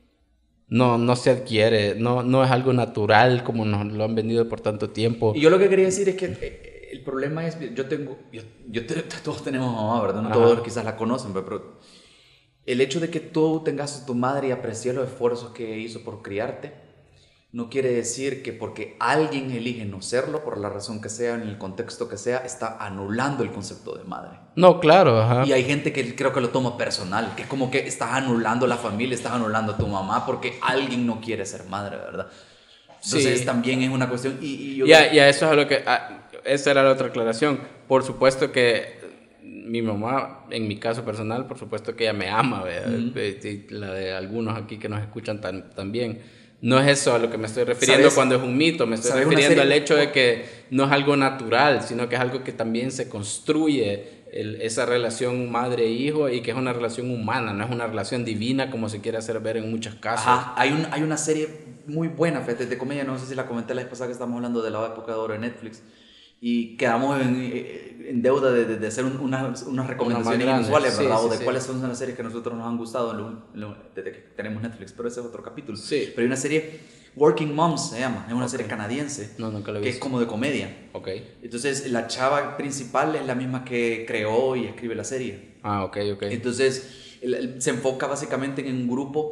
No, no se adquiere, no, no es algo natural como nos lo han vendido por tanto tiempo. Y yo lo que quería decir es que el problema es, yo tengo, yo, yo te, todos tenemos mamá, ¿verdad? No Ajá. Todos quizás la conocen, pero el hecho de que tú tengas a tu madre y apreciar los esfuerzos que hizo por criarte, no quiere decir que porque alguien elige no serlo, por la razón que sea, en el contexto que sea, está anulando el concepto de madre. No, claro, ajá. Y hay gente que creo que lo toma personal, que es como que estás anulando la familia, estás anulando a tu mamá porque alguien no quiere ser madre, ¿verdad? Entonces sí. También es una cuestión... Y, y yo... Ya, ya, eso es lo que... Ah, esa era la otra aclaración. Por supuesto que mi mamá, en mi caso personal, por supuesto que ella me ama, ¿verdad? Uh-huh. Y la de algunos aquí que nos escuchan tan, también. No es eso a lo que me estoy refiriendo ¿Sabes? Cuando es un mito, me estoy refiriendo al hecho de que no es algo natural, sino que es algo que también se construye, el, esa relación madre-hijo, y que es una relación humana, no es una relación divina como se quiere hacer ver en muchos casos. Ajá, hay, un, hay una serie muy buena, fíjate, de comedia, no sé si la comenté la vez pasada que estamos hablando de la época de oro de Netflix, y quedamos en, en deuda de, de, de hacer un, una, unas recomendaciones una inusuales, ¿verdad? Sí, sí, o de sí. cuáles son las series que a nosotros nos han gustado lo, lo, desde que tenemos Netflix, pero ese es otro capítulo. Sí. Pero hay una serie, Working Moms se llama, es una okay. serie canadiense, no, nunca lo he que visto. es como de comedia. Okay. Entonces la chava principal es la misma que creó y escribe la serie. Ah, ok, ok. Entonces el, el, se enfoca básicamente en un grupo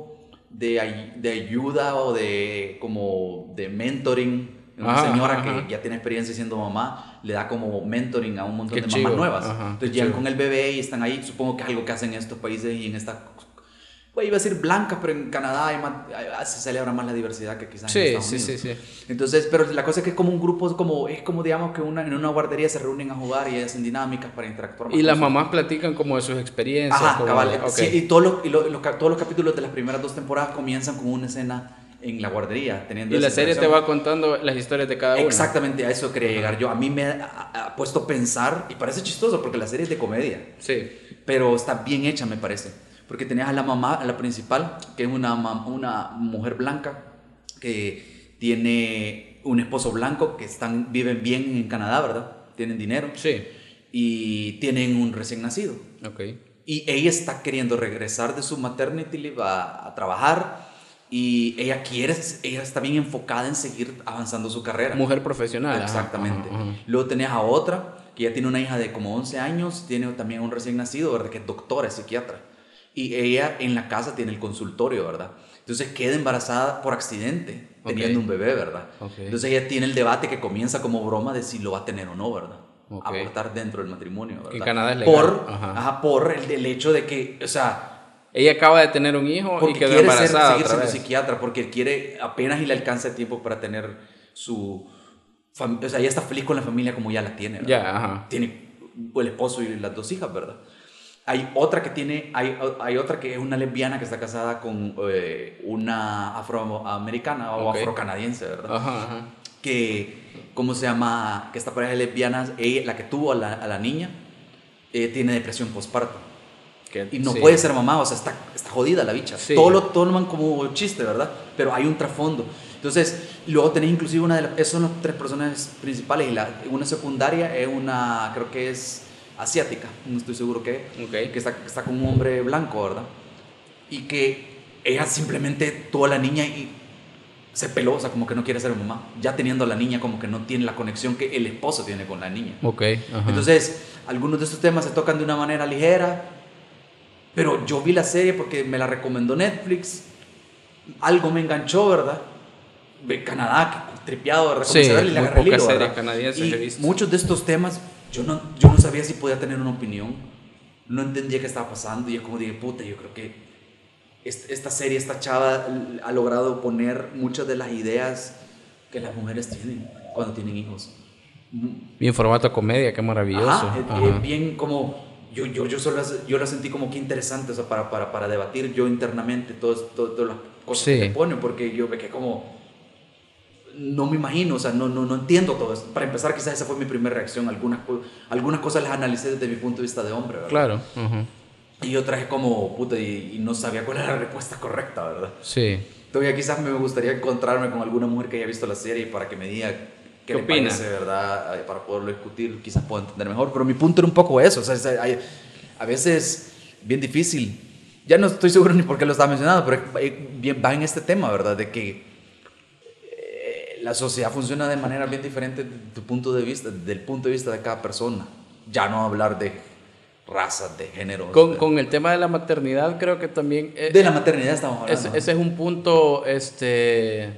de, ay- de ayuda o de como de mentoring. Una Ajá, señora ajá, que ajá. ya tiene experiencia siendo mamá, le da como mentoring a un montón Qué de chivo. mamás nuevas. Ajá, Entonces qué llegan chivo. con el bebé y están ahí. Supongo que es algo que hacen en estos países y en esta... Pues iba a decir blanca, pero en Canadá hay más- hay- se celebra más la diversidad que quizás en Sí, Estados sí, Unidos. sí, sí. Entonces, pero la cosa es que es como un grupo, es como, es como digamos que una, en una guardería se reúnen a jugar y hacen dinámicas para interactuar más Y con las sus- mamás platican como de sus experiencias. Ajá, como cabal. de- ok. Sí, y todos los, y lo- los ca- todos los capítulos de las primeras dos temporadas comienzan con una escena en la guardería. Teniendo Y la esa serie te interacción. va contando las historias de cada uno. Exactamente, a eso quería llegar yo. A mí me ha, ha puesto a pensar, y parece chistoso porque la serie es de comedia, Sí. pero está bien hecha, me parece. Porque tenías a la mamá, a la principal, que es una, mam- una mujer blanca que tiene un esposo blanco, que están, viven bien en Canadá, ¿verdad? Tienen dinero. Sí. Y tienen un recién nacido. Ok. Y ella está queriendo regresar de su maternity leave a, a trabajar. Y ella quiere, ella está bien enfocada en seguir avanzando su carrera. Mujer profesional. ajá, Exactamente. ajá, ajá. Luego tenés a otra que ya tiene una hija de como once años, tiene también un recién nacido, ¿verdad? Que es doctora, es psiquiatra. Y ella en la casa tiene el consultorio, ¿verdad? Entonces queda embarazada por accidente, teniendo Ok. un bebé, ¿verdad? Ok. Entonces ella tiene el debate que comienza como broma de si lo va a tener o no, ¿verdad? Ok. Abortar dentro del matrimonio, ¿verdad? En Canadá es legal. Por, Ajá. ajá, por el, el hecho de que, o sea, Ella acaba de tener un hijo y porque quedó quiere ser, embarazada seguir otra siendo vez. psiquiatra, porque quiere apenas y le alcanza el tiempo para tener su... fam- O sea, ella está feliz con la familia como ya la tiene, ¿verdad? Ya, ajá. Tiene el esposo y las dos hijas, ¿verdad? Hay otra que tiene, hay, hay otra que es una lesbiana que está casada con eh, una afroamericana o Ok. afrocanadiense, ¿verdad? Ajá, ajá. Que, ¿cómo se llama? Que esta pareja de lesbianas, ella, la que tuvo a la, a la niña, eh, tiene depresión postparto. Que- Y no sí. puede ser mamá, o sea, está, está jodida la bicha. Sí. Todo lo toman como chiste, ¿verdad? Pero hay un trasfondo. Entonces, luego tenés inclusive una de las... Esos son los tres personajes principales. Y la, una secundaria es una, creo que es asiática, no estoy seguro qué. Ok. Que está, que está con un hombre blanco, ¿verdad? Y que ella simplemente tuvo a la niña y se peló, o sea, como que no quiere ser mamá. Ya teniendo a la niña, como que no tiene la conexión que el esposo tiene con la niña. Ok, ajá. Entonces, algunos de estos temas se tocan de una manera ligera, pero yo vi la serie porque me la recomendó Netflix, algo me enganchó, ¿verdad? De Canadá, que tripeado, ¿verdad? Sí, Comencé a verle y le muy agarré el pocas hilo, series ¿verdad? canadienses Y he visto. muchos de estos temas, yo no, yo no sabía si podía tener una opinión, no entendía qué estaba pasando, y yo como dije, puta, yo creo que est- esta serie, esta chava ha logrado poner muchas de las ideas que las mujeres tienen cuando tienen hijos. Bien formato comedia, qué maravilloso. Ajá, es- Ajá. es bien como yo, yo, yo, solo, yo la sentí como que interesante, o sea, para, para, para debatir yo internamente todas todo, todas las cosas Sí. que te ponen, porque yo me quedé como no me imagino, o sea, no, no, no entiendo todo esto. Para empezar, quizás esa fue mi primera reacción. Algunas, co- algunas cosas las analicé desde mi punto de vista de hombre, ¿verdad? Claro. Ajá. Y yo traje como puta y, y no sabía cuál era la respuesta correcta, ¿verdad? Sí. Todavía quizás me gustaría encontrarme con alguna mujer que haya visto la serie para que me diga qué, ¿Qué le opina? parece, ¿verdad? Eh, Para poderlo discutir, quizás pueda entender mejor. Pero mi punto era un poco eso. O sea, es- hay- a veces bien difícil. Ya no estoy seguro ni por qué lo estaba mencionando, pero eh, bien- va en este tema, ¿verdad? De que eh, la sociedad funciona de manera bien diferente de tu punto de vista, del punto de vista de cada persona. Ya no hablar de razas, de géneros. Con, de, con el tema de la maternidad, creo que también. eh, de la maternidad estamos hablando. Ese, ese es un punto, este,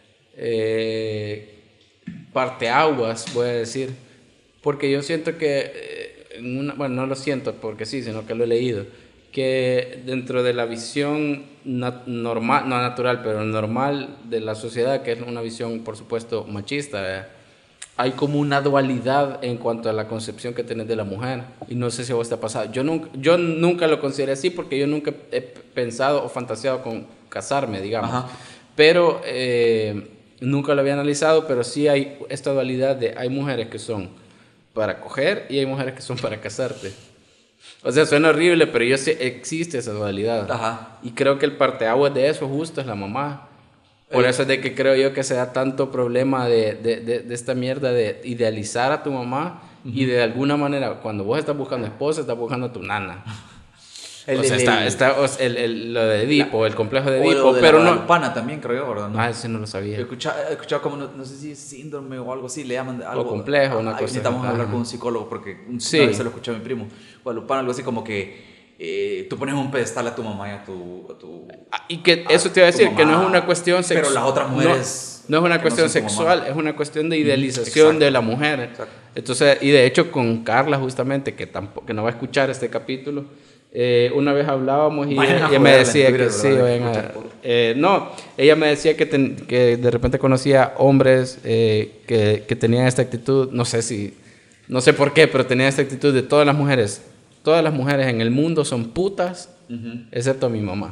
eh, parteaguas, voy a decir, porque yo siento que, eh, en una, bueno, no lo siento porque sí, sino que lo he leído, que dentro de la visión nat- normal, no natural, pero normal de la sociedad, que es una visión, por supuesto, machista, ¿verdad? Hay como una dualidad en cuanto a la concepción que tenés de la mujer. Y no sé si a vos te ha pasado. Yo nunca, yo nunca lo consideré así porque yo nunca he pensado o fantaseado con casarme, digamos. Ajá. Pero eh, nunca lo había analizado, pero sí hay esta dualidad de hay mujeres que son para coger y hay mujeres que son para casarte. O sea, suena horrible, pero yo sé, existe esa dualidad. Ajá. Y creo que el parteaguas de eso justo es la mamá. Por El- eso es de que creo yo que se da tanto problema de, de, de, de esta mierda de idealizar a tu mamá y de alguna manera, cuando vos estás buscando esposa, estás buscando a tu nana. El- o sea, el- está, el- está o sea, el, el- lo de Edipo, el complejo de o Edipo, lo de pero la no... Guadalupana también, creo yo, ¿verdad? ¿No? Ah, ese no lo He sabía. escuchado, he escuchado como, no, no sé si es síndrome o algo así, le llaman de algo. complejo, una Ah, cosa. Necesitamos Ajá. hablar con un psicólogo porque un, Sí. una vez se lo escuché a mi primo. Guadalupana, algo así como que eh, tú pones un pedestal a tu mamá y a tu... A tu y que eso te iba a decir, mamá, que no es una cuestión sexual. Pero las otras mujeres... No, no es una que cuestión no son tu sexual, mamá. es una cuestión de idealización Exacto. de la mujer. Exacto. Entonces, y de hecho con Carla justamente, que, tampoco, que no va a escuchar este capítulo, eh, una vez hablábamos y Vayan ella, a ella me joderla decía en Twitter, que sí, ¿verdad? vayan a- eh, no, ella me decía que, ten- que de repente conocía hombres eh, que, que tenían esta actitud, no sé si, no sé por qué, pero tenían esta actitud de todas las mujeres, todas las mujeres en el mundo son putas, uh-huh. excepto mi mamá.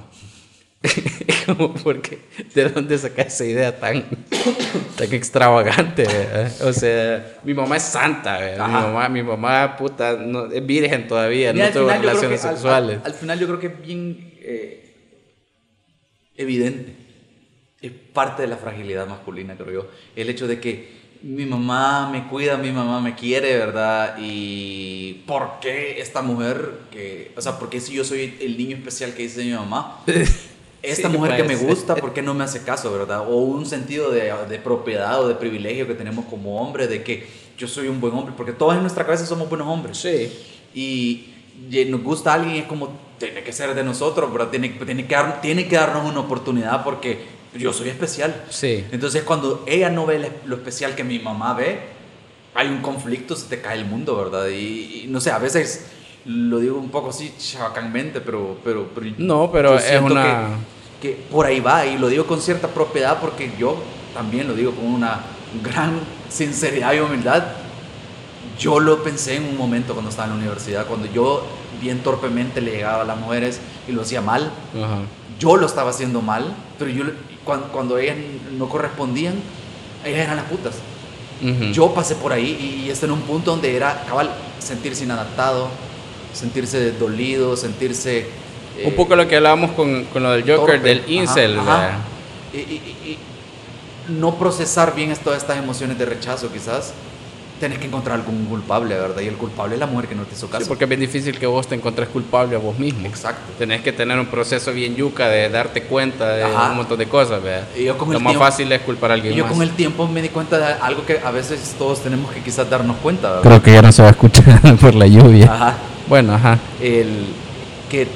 Como porque, ¿de dónde saca esa idea tan, tan extravagante? ¿Verdad? O sea, mi mamá es santa, ¿verdad? mi mamá, mi mamá puta, no, es virgen todavía, Mira, no tuvo relaciones que al, sexuales. Al, al final yo creo que es bien eh, evidente, es parte de la fragilidad masculina, creo yo, el hecho de que mi mamá me cuida, mi mamá me quiere, ¿verdad? Y ¿por qué esta mujer, que, o sea, por qué si yo soy el niño especial que dice mi mamá? Esta sí, mujer que me gusta, ¿por qué no me hace caso, verdad? O un sentido de, de propiedad o de privilegio que tenemos como hombre, de que yo soy un buen hombre, porque todos en nuestra cabeza somos buenos hombres. Sí. Y, y nos gusta a alguien, es como, tiene que ser de nosotros, ¿verdad? Tiene, tiene, que dar, tiene que darnos una oportunidad porque yo soy especial. Sí. Entonces, cuando ella no ve lo especial que mi mamá ve, hay un conflicto, se te cae el mundo, ¿verdad? Y, y no sé, a veces lo digo un poco así chabacánmente, pero, pero, pero no, pero es una... Que, que por ahí va, y lo digo con cierta propiedad porque yo también lo digo con una gran sinceridad y humildad. Yo lo pensé en un momento cuando estaba en la universidad, cuando yo bien torpemente le llegaba a las mujeres y lo hacía mal. Uh-huh. Yo lo estaba haciendo mal, pero yo cuando, cuando ellas no correspondían, ellas eran las putas. Uh-huh. Yo pasé por ahí y este en un punto donde era cabal sentirse inadaptado, sentirse dolido, sentirse... Eh, un poco lo que hablábamos con, con lo del Joker, torpe, del incel. Ajá, ajá. Y, y, y no procesar bien todas estas emociones de rechazo, quizás. Tenés que encontrar algún culpable, ¿verdad? Y el culpable es la mujer que no te hizo caso. Sí, porque es bien difícil que vos te encontres culpable a vos mismo. Exacto. Tenés que tener un proceso bien yuca de darte cuenta de ajá. un montón de cosas, ¿verdad? Y yo con Lo el más tiempo, fácil es culpar a alguien y yo más. con el tiempo me di cuenta de algo que a veces todos tenemos que quizás darnos cuenta, ¿verdad? Creo que ya no se va a escuchar por la lluvia. Ajá. Bueno, ajá. El que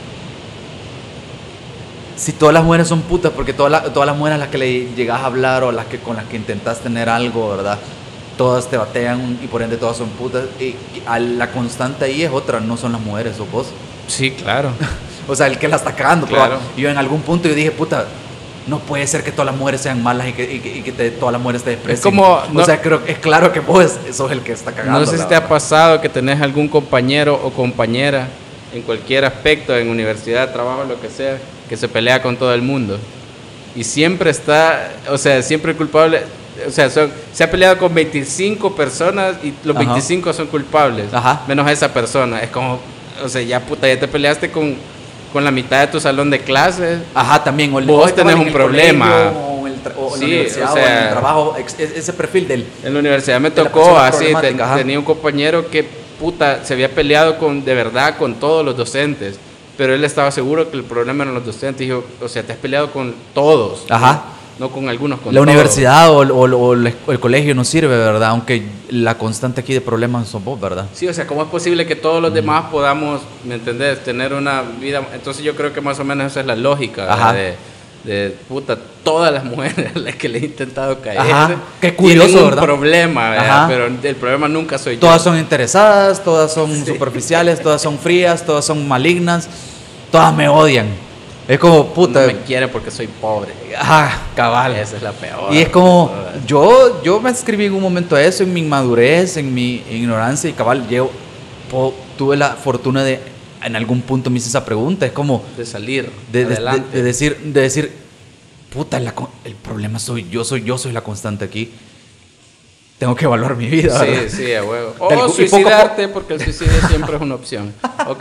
si todas las mujeres son putas, porque todas, la, todas las mujeres a las que le llegas a hablar o las que, con las que intentas tener algo, ¿verdad? Todas te batean y por ende todas son putas. Y, y a la constante ahí es otra, no son las mujeres, sos vos. Sí, claro. O sea, el que la está cagando. Claro. Pero yo en algún punto yo dije, puta, no puede ser que todas las mujeres sean malas y que, y que, y que te, todas las mujeres te desprecien. Es como, no, o sea, creo, es claro que vos sos el que está cagando. No sé si te ha pasado que tenés algún compañero o compañera en cualquier aspecto, en universidad, trabajo, lo que sea, que se pelea con todo el mundo. Y siempre está, o sea, siempre el culpable, o sea, son, se ha peleado con veinticinco personas y los Ajá. veinticinco son culpables, Ajá. menos esa persona. Es como, o sea, ya puta, ya te peleaste con, con la mitad de tu salón de clases. Ajá, también. O el, vos tenés un problema. O en, el tra- o en sí, la universidad, o, sea, o en el trabajo, ese perfil del... En la universidad me tocó así, te, tenía un compañero que, puta, se había peleado con, de verdad con todos los docentes. Pero él estaba seguro que el problema eran los docentes. Dijo, o sea, te has peleado con todos. Ajá. No, no con algunos, con La todos. universidad o, o, o el, el colegio no sirve, ¿verdad? Aunque la constante aquí de problemas son vos, ¿verdad? Sí, o sea, ¿cómo es posible que todos los demás podamos, ¿me entendés? Tener una vida... Entonces yo creo que más o menos esa es la lógica, ¿verdad? De, de, puta, todas las mujeres a las que le he intentado caer. Ajá. Qué curioso, tienen un ¿verdad? problema, ¿verdad? Pero el problema nunca soy yo. Todas son interesadas, todas son sí. superficiales, todas son frías, todas son malignas. Todas me odian. Es como, puta. No me quieren porque soy pobre. Ah, cabal. Esa es la peor. Y es como, yo, yo me escribí en un momento a eso, en mi inmadurez, en mi ignorancia, y cabal, yo po, tuve la fortuna de, en algún punto me hice esa pregunta. Es como. De salir. De, de, de, de decir, de decir, puta, la, el problema soy yo, soy yo, soy la constante aquí. Tengo que evaluar mi vida. Sí, ¿verdad? sí, a huevo. O Del, suicidarte, porque el suicidio siempre es una opción. Ok.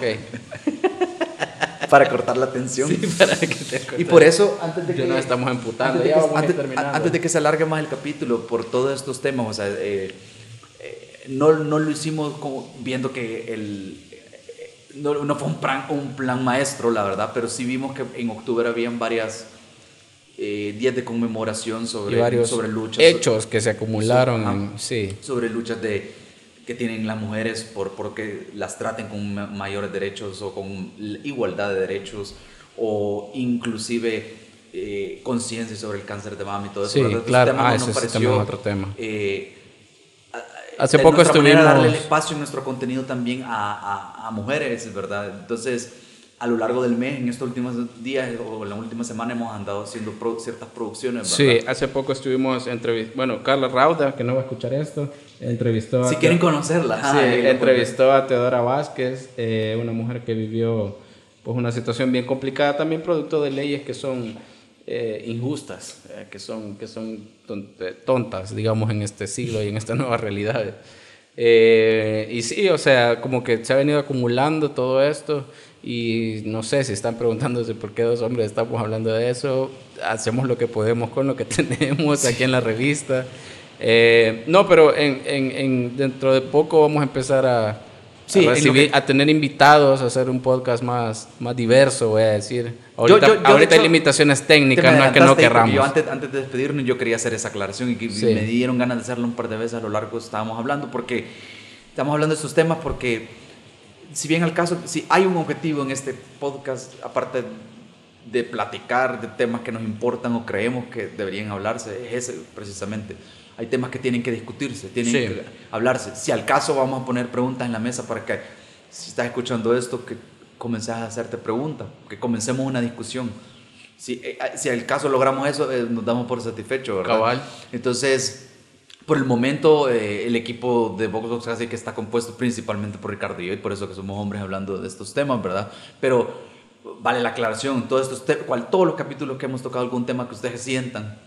Para cortar la tensión. Sí, para que te y por eso, antes de que... Yo no estamos emputando. Antes de, que, antes, antes de que se alargue más el capítulo por todos estos temas, o sea, eh, eh, no, no lo hicimos como viendo que el... Eh, no, no fue un plan, un plan maestro, la verdad, pero sí vimos que en octubre habían varias... Eh, días de conmemoración sobre, y varios sobre luchas. Hechos que se acumularon. Sobre, en, sí. sobre luchas de... que tienen las mujeres por porque las traten con ma- mayores derechos o con igualdad de derechos o inclusive eh, conciencia sobre el cáncer de mama y todo eso. Sí, ¿verdad? claro. Tema Ah, nos ese sí pareció, también es otro tema. Eh, Hace de poco nuestra manera estuvimos... darle el espacio en nuestro contenido también a, a, a mujeres, ¿verdad? Entonces, a lo largo del mes, en estos últimos días o en la última semana hemos andado haciendo pro, ciertas producciones, ¿verdad? Sí, hace poco estuvimos entrevistando, bueno, Carla Rauda, que no va a escuchar esto, entrevistó a... Si quieren conocerla. Sí, ah, entrevistó a Teodora Vázquez, eh, una mujer que vivió pues una situación bien complicada, también producto de leyes que son eh, injustas, eh, que son, que son tontas, digamos, en este siglo y en esta nueva realidad. Eh, y sí, o sea, como que se ha venido acumulando todo esto y no sé si están preguntándose por qué dos hombres estamos hablando de eso. Hacemos lo que podemos con lo que tenemos aquí en la revista. Eh, no, pero en, en, en dentro de poco vamos a empezar a, Sí, a, recibir, que... a tener invitados, a hacer un podcast más, más diverso, voy a decir. Ahorita, yo, yo, yo ahorita hecho, hay limitaciones técnicas, no es que no querramos. Yo antes, antes de despedirnos yo quería hacer esa aclaración y que sí. me dieron ganas de hacerlo un par de veces a lo largo estábamos hablando, porque estamos hablando de estos temas porque si bien al caso, si hay un objetivo en este podcast, aparte de platicar de temas que nos importan o creemos que deberían hablarse, es ese precisamente. Hay temas que tienen que discutirse, tienen sí. que hablarse. Si al caso vamos a poner preguntas en la mesa para que, si estás escuchando esto, que comences a hacerte preguntas, que comencemos una discusión. Si, eh, si al caso logramos eso, eh, nos damos por satisfechos, ¿verdad? Cabal. Entonces, por el momento, eh, el equipo de VoxBox casi que está compuesto principalmente por Ricardo y yo, y por eso que somos hombres hablando de estos temas, ¿verdad? Pero vale la aclaración, todos, estos te- cual, todos los capítulos que hemos tocado algún tema que ustedes sientan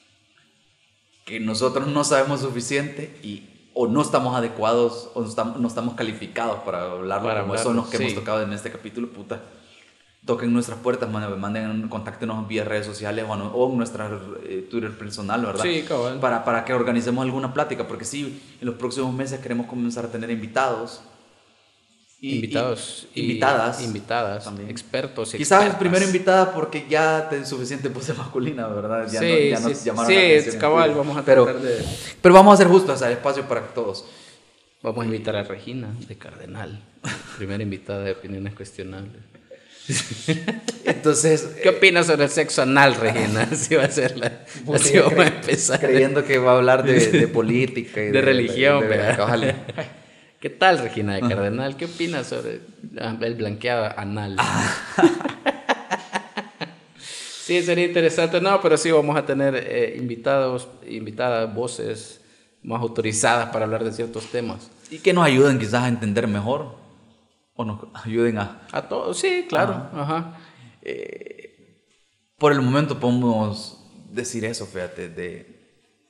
que nosotros no sabemos suficiente y o no estamos adecuados o no estamos, no estamos calificados para hablarlo para como hablarlo, son los que sí. hemos tocado en este capítulo, puta, toquen nuestras puertas, manden, contáctenos vía redes sociales o, no, o en nuestra eh, Twitter personal, ¿verdad? Sí, cabal. Para, para que organicemos alguna plática, porque sí, en los próximos meses queremos comenzar a tener invitados. Y, invitados. Y, invitadas. Invitadas. También. Expertos y Quizás expertas. primero invitada porque ya tenés suficiente pose masculina, ¿verdad? Ya sí, no, ya sí, nos llamaron sí, la atención. Sí, cabal, vamos a pero, tratar de... Pero vamos a hacer justo, o sea, espacio para todos. Vamos a invitar a Regina de Cardenal, primera invitada de Opiniones Cuestionables. Entonces, ¿qué opinas sobre el sexo anal, Regina? Así va a ser la, así vamos a empezar. Creyendo que va a hablar de, de política y de, de, de religión, de, de, de, ¿qué tal, Regina de Cardenal? ¿Qué opinas sobre el blanqueado anal? Sí, sería interesante. No, pero sí vamos a tener eh, invitados, invitadas, voces más autorizadas para hablar de ciertos temas. Y que nos ayuden quizás a entender mejor. O nos ayuden a... A todos, sí, claro. Ajá. Ajá. Eh, por el momento podemos decir eso, fíjate, de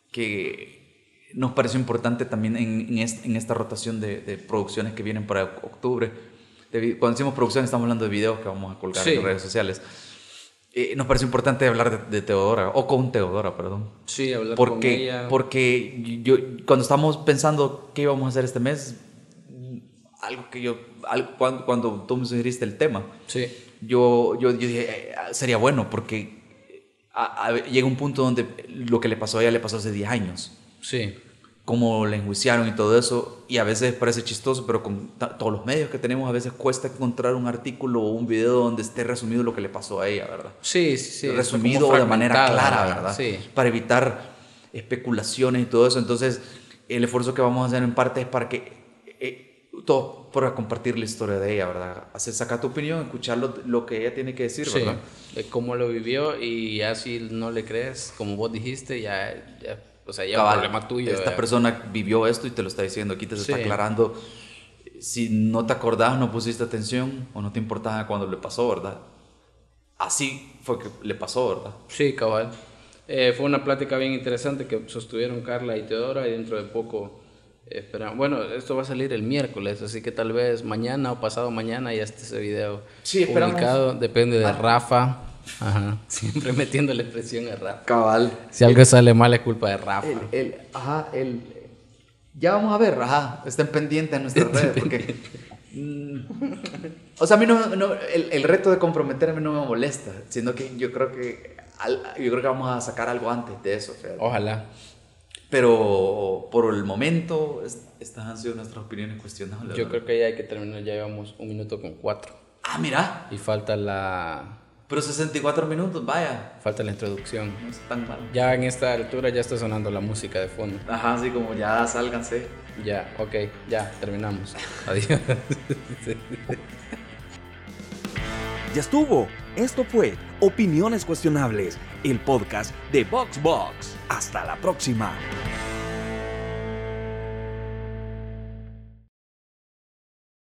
que nos pareció importante también en, en, este, en esta rotación de, de producciones que vienen para octubre. De, cuando decimos producción estamos hablando de videos que vamos a colgar sí. en redes sociales. Eh, nos pareció importante hablar de, de Teodora, o con Teodora, perdón. Sí, hablar porque, con ella. Porque yo, cuando estábamos pensando qué íbamos a hacer este mes, algo que yo, algo, cuando, cuando tú me sugeriste el tema, sí. yo, yo, yo dije, eh, sería bueno, porque a, a, llega un punto donde lo que le pasó a ella le pasó hace diez años. Sí. Cómo la enjuiciaron y todo eso, y a veces parece chistoso, pero con todos los medios que tenemos a veces cuesta encontrar un artículo o un video donde esté resumido lo que le pasó a ella, ¿verdad? Sí, sí, sí. Resumido de manera clara, ¿verdad? Sí. Para evitar especulaciones y todo eso. Entonces, el esfuerzo que vamos a hacer en parte es para que eh, todo, para compartir la historia de ella, ¿verdad? Hacer, sacar tu opinión, escuchar lo, lo que ella tiene que decir, sí. ¿verdad? De cómo lo vivió, y ya si no le crees, como vos dijiste, ya... ya o sea, ya Cabal, un problema tuyo. Esta ya. persona vivió esto y te lo está diciendo. Aquí te sí. está aclarando. Si no te acordás, no pusiste atención o no te importaba cuando le pasó, ¿verdad? Así fue que le pasó, ¿verdad? Sí, cabal. Eh, fue una plática bien interesante que sostuvieron Carla y Teodora, y dentro de poco eh, esperamos. Bueno, esto va a salir el miércoles, así que tal vez mañana o pasado mañana ya esté ese video sí, publicado. Depende de ah. Rafa. Ajá, siempre metiéndole presión a Rafa. Cabal. Si algo sale mal es culpa de Rafa. El, el, ajá, el, ya vamos a ver, ajá, estén pendientes en nuestras redes, porque... Mm, o sea, a mí no, no el, el reto de comprometerme no me molesta, sino que yo creo que, al, yo creo que vamos a sacar algo antes de eso. Fíjate. Ojalá. Pero por el momento, es, estas han sido nuestras opiniones cuestionables. Yo ¿verdad? creo que ya hay que terminar, ya llevamos un minuto con cuatro. Ah, mira. Y falta la, Pero sesenta y cuatro minutos, vaya. falta la introducción. No es tan mal. Ya en esta altura ya está sonando la música de fondo. Ajá, así como ya sálganse. Ya, ok, ya, terminamos. Adiós. Ya estuvo. Esto fue Opiniones Cuestionables, el podcast de VoxBox. Hasta la próxima.